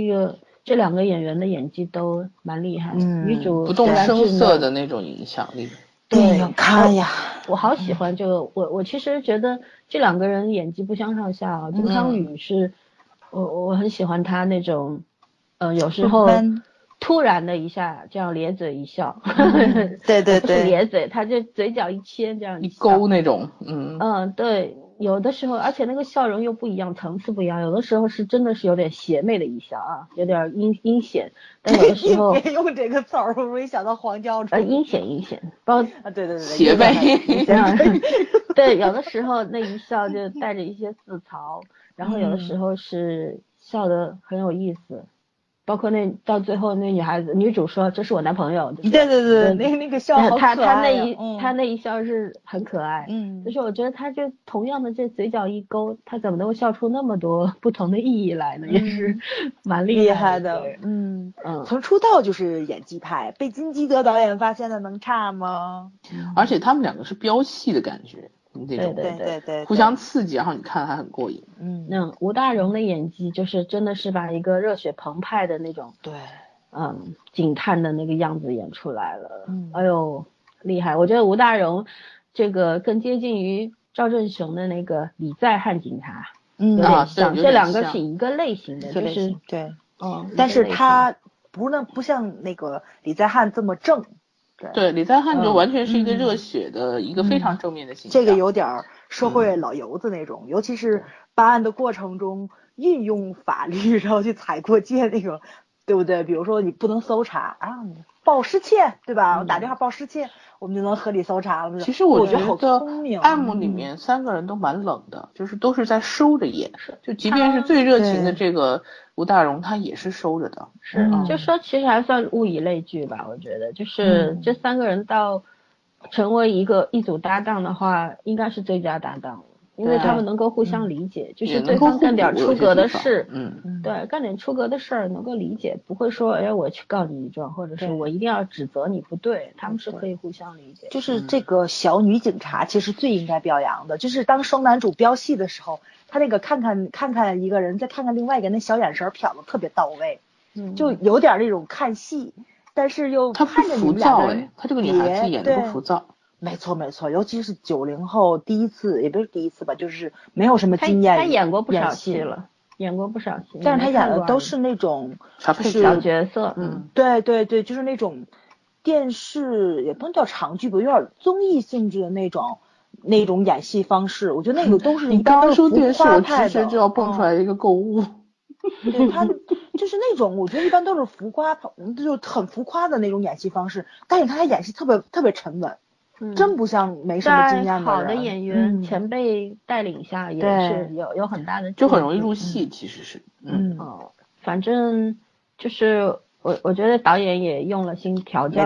2个演员的演技都蛮厉害，女主不动声色的那种影响力。 对，看呀， 我好喜欢这个。我其实觉得这2个人演技不相上下啊。金康宇是，我很喜欢他那种，有时候突然的一下这样咧嘴一笑， 对， 不是咧嘴，他就嘴角一牵这样一勾那种， 对，有的时候，而且那个笑容又不一样，层次不一样，有的时候是真的是有点邪魅的一笑啊，有点阴险，但有的时候别用这个词儿，我容易想到黄教主。 阴险，包对， 邪魅， 对，有的时候那一笑就带着一些自嘲，然后有的时候是笑得很有意思。包括到最后那女主说这是我男朋友， 对，那个笑好可爱， 他那一笑是很可爱，就是我觉得他就同样的这嘴角一勾，他怎么能够笑出那么多不同的意义来呢？也是蛮厉害的。 从出道就是演技派，被金基德导演发现了能差吗？ 而且他们2个是飙戏的感觉。那种对， 互相刺激，然后你看还很过瘾。 吴大荣的演技就是真的是把一个热血澎湃的那种， 对， 警探的那个样子演出来了。哎呦，厉害！我觉得吴大荣这个更接近于赵正雄的那个李在汉警察，有点像，这2个是一个类型的，就是对，但是他不像那个李在汉这么正。 对，李在汉就完全是一个热血的一个非常正面的形象。 这个有点社会老油子那种，尤其是办案的过程中运用法律然后去踩过界那个，对不对？比如说你不能搜查啊，报失窃，对吧？我打电话报失窃，我们就能合理搜查了。 其实我觉得好聪明。 M 里面3个人都蛮冷的，就是都是在收着演，就即便是最热情的这个吴大荣，他也是收着的。 就说其实还算物以类聚吧，我觉得就是这3个人到成为一组搭档的话，应该是最佳搭档。因为他们能够互相理解，就是对方干点出格的事，对，干点出格的事儿能够理解，不会说我去告你一状，或者是我一定要指责你不对，他们是可以互相理解。 就是这个小女警察其实最应该表扬的，就是当双男主飙戏的时候，他那个看看一个人，再看看另外一个，那小眼神瞟的特别到位，就有点那种看戏，但是又看着你们俩人， 他这个女孩子演的不浮躁。 没错，尤其是90后第一次，也不是第一次吧，就是没有什么经验。 他演过不少戏了， 但是他演的都是那种小角色， 对，就是那种电视也不能叫长剧吧，有点综艺性质的那种演戏方式。我觉得那个都是你刚刚说电视，我直接就要蹦出来一个购物。 对，他就是那种，我觉得一般都是就很浮夸的那种演戏方式。但你看他演戏特别沉稳。真不像没什么经验的人。 好的演员前辈带领下也是有很大的， 就很容易入戏，其实是。 反正就是我觉得导演也用了心调教，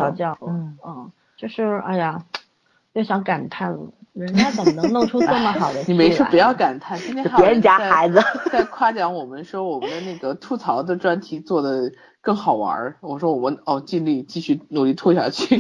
就是哎呀，又想感叹了，人家怎么能弄出这么好的戏来？ 你没事不要感叹，今天别人家孩子在夸奖我们说我们的那个吐槽的专题做的更好玩，我说我们尽力继续努力吐下去。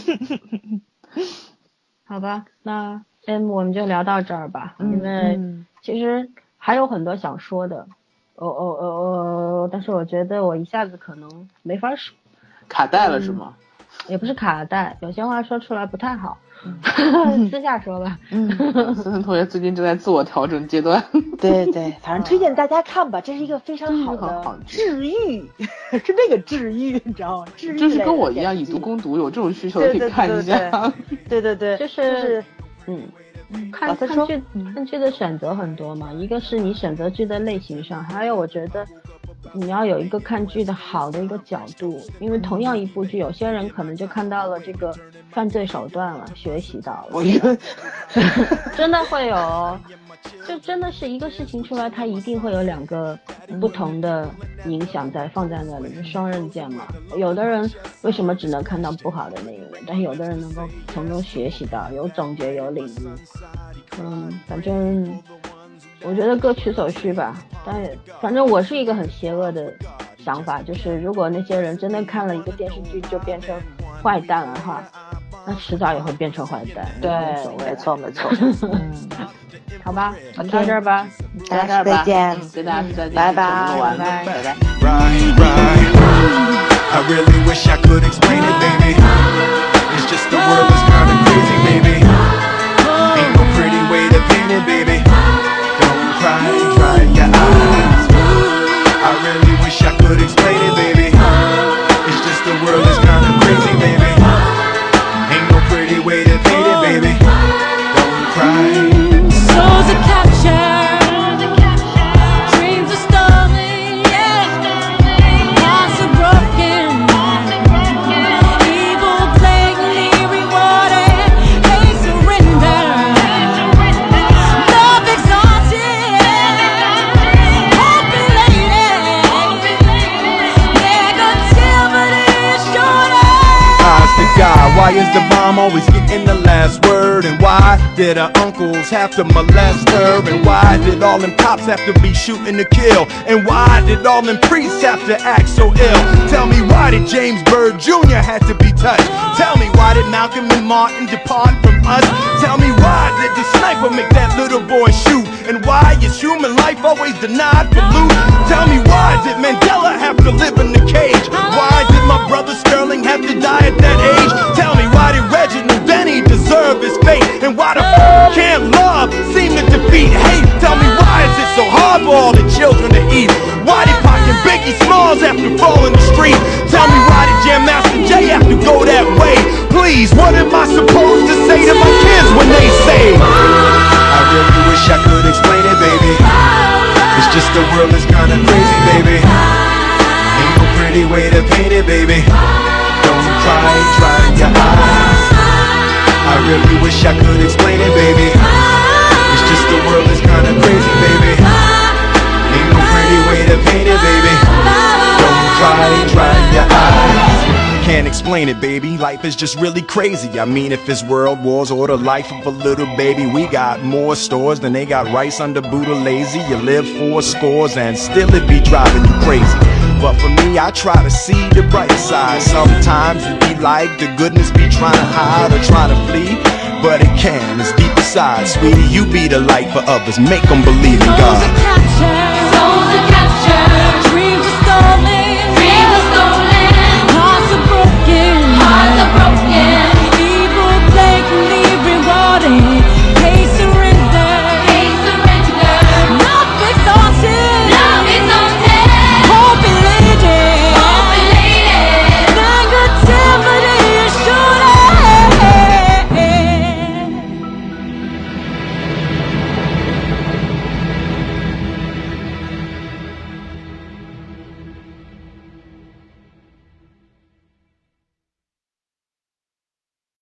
好吧，那我们就聊到这儿吧，因为其实还有很多想说的，但是我觉得我一下子可能没法说。 卡带了是吗？ 也不是卡带，有些话说出来不太好。 私下说吧。 思思同学最近正在自我调整阶段。 对对，反正推荐大家看吧，这是一个非常好的治愈，是那个治愈，你知道吗？治愈就是跟我一样以毒攻毒，有这种需求可以看一下。 对， 就是看剧的选择很多嘛，一个是你选择剧的类型上，还有我觉得你要有一个看剧的好的一个角度，因为同样一部剧，有些人可能就看到了这个犯罪手段了，学习到了， 我以为真的会有，就真的是一个事情出来，它一定会有两个不同的影响放在那里，双刃剑嘛。有的人为什么只能看到不好的那一面，但是有的人能够从中学习到，有总结，有领悟。反正我觉得各取所需吧。但反正我是一个很邪恶的想法，就是如果那些人真的看了一个电视剧就变成坏蛋的话，那迟早也会变成坏蛋。 对，没错。 好吧，到这儿吧， 大家再见， 跟大家再见， 拜拜。 I really wish I could explain it, baby. It's just the world is kind of crazy, baby. Ain't no pretty way to paint it, baby. Don't cry, dry your eyes. I really wish I could explain it, baby. It's just the world is kind of crazy, baby. Ain't no pretty way to paint it, baby. Don't cry. Souls are captured, dreams are stolen, yeah. Hearts are broken, evil blatantly rewarded, hate surrender, love exalted, hope elated, negativity is shorter. Eyes to God, why is the bomb always getting the last word? And why did her uncles have to molest her? And why did all them cops have to be shooting to kill? And why did all them priests have to act so ill? Tell me, why did James Byrd Jr. had to be touched? Tell me, why did Malcolm and Martin depart from us? Tell me, why did the sniper make that little boy shoot? And why is human life always denied for loot? Tell me, why did Mandela have to live in the cage? Why did my brother Sterling have to die at that age? Tell me, why did Reginald Denny deserve his fate? And why the can't love seem to defeat hate? Tell me, why is it so hard for all the children to eat? Why did Pac and Biggie Smalls have to fall in the street? Tell me, why did Jam Master Jay have to go that way? Please, what am I supposed to say to my kids when they say, I really wish I could explain it, baby. It's just the world is kinda crazy, baby. Ain't no pretty way to paint it, baby. Don't cry, dry your eyes. I really wish I could explain it, baby. It's just the world is kinda crazy, baby. Ain't no pretty way to paint it, baby. Don't cry, dry your eyes. Can't explain it, baby. Life is just really crazy. I mean, if it's world wars or the life of a little baby, we got more stores than they got rice under Buddha lazy. You live 4 scores and still it be driving you crazy. But for me, I try to see the bright side. Sometimes it be like the goodness be trying to hide or trying to flee, but it can, it's deep inside. Sweetie, you be the light for others, make them believe in God.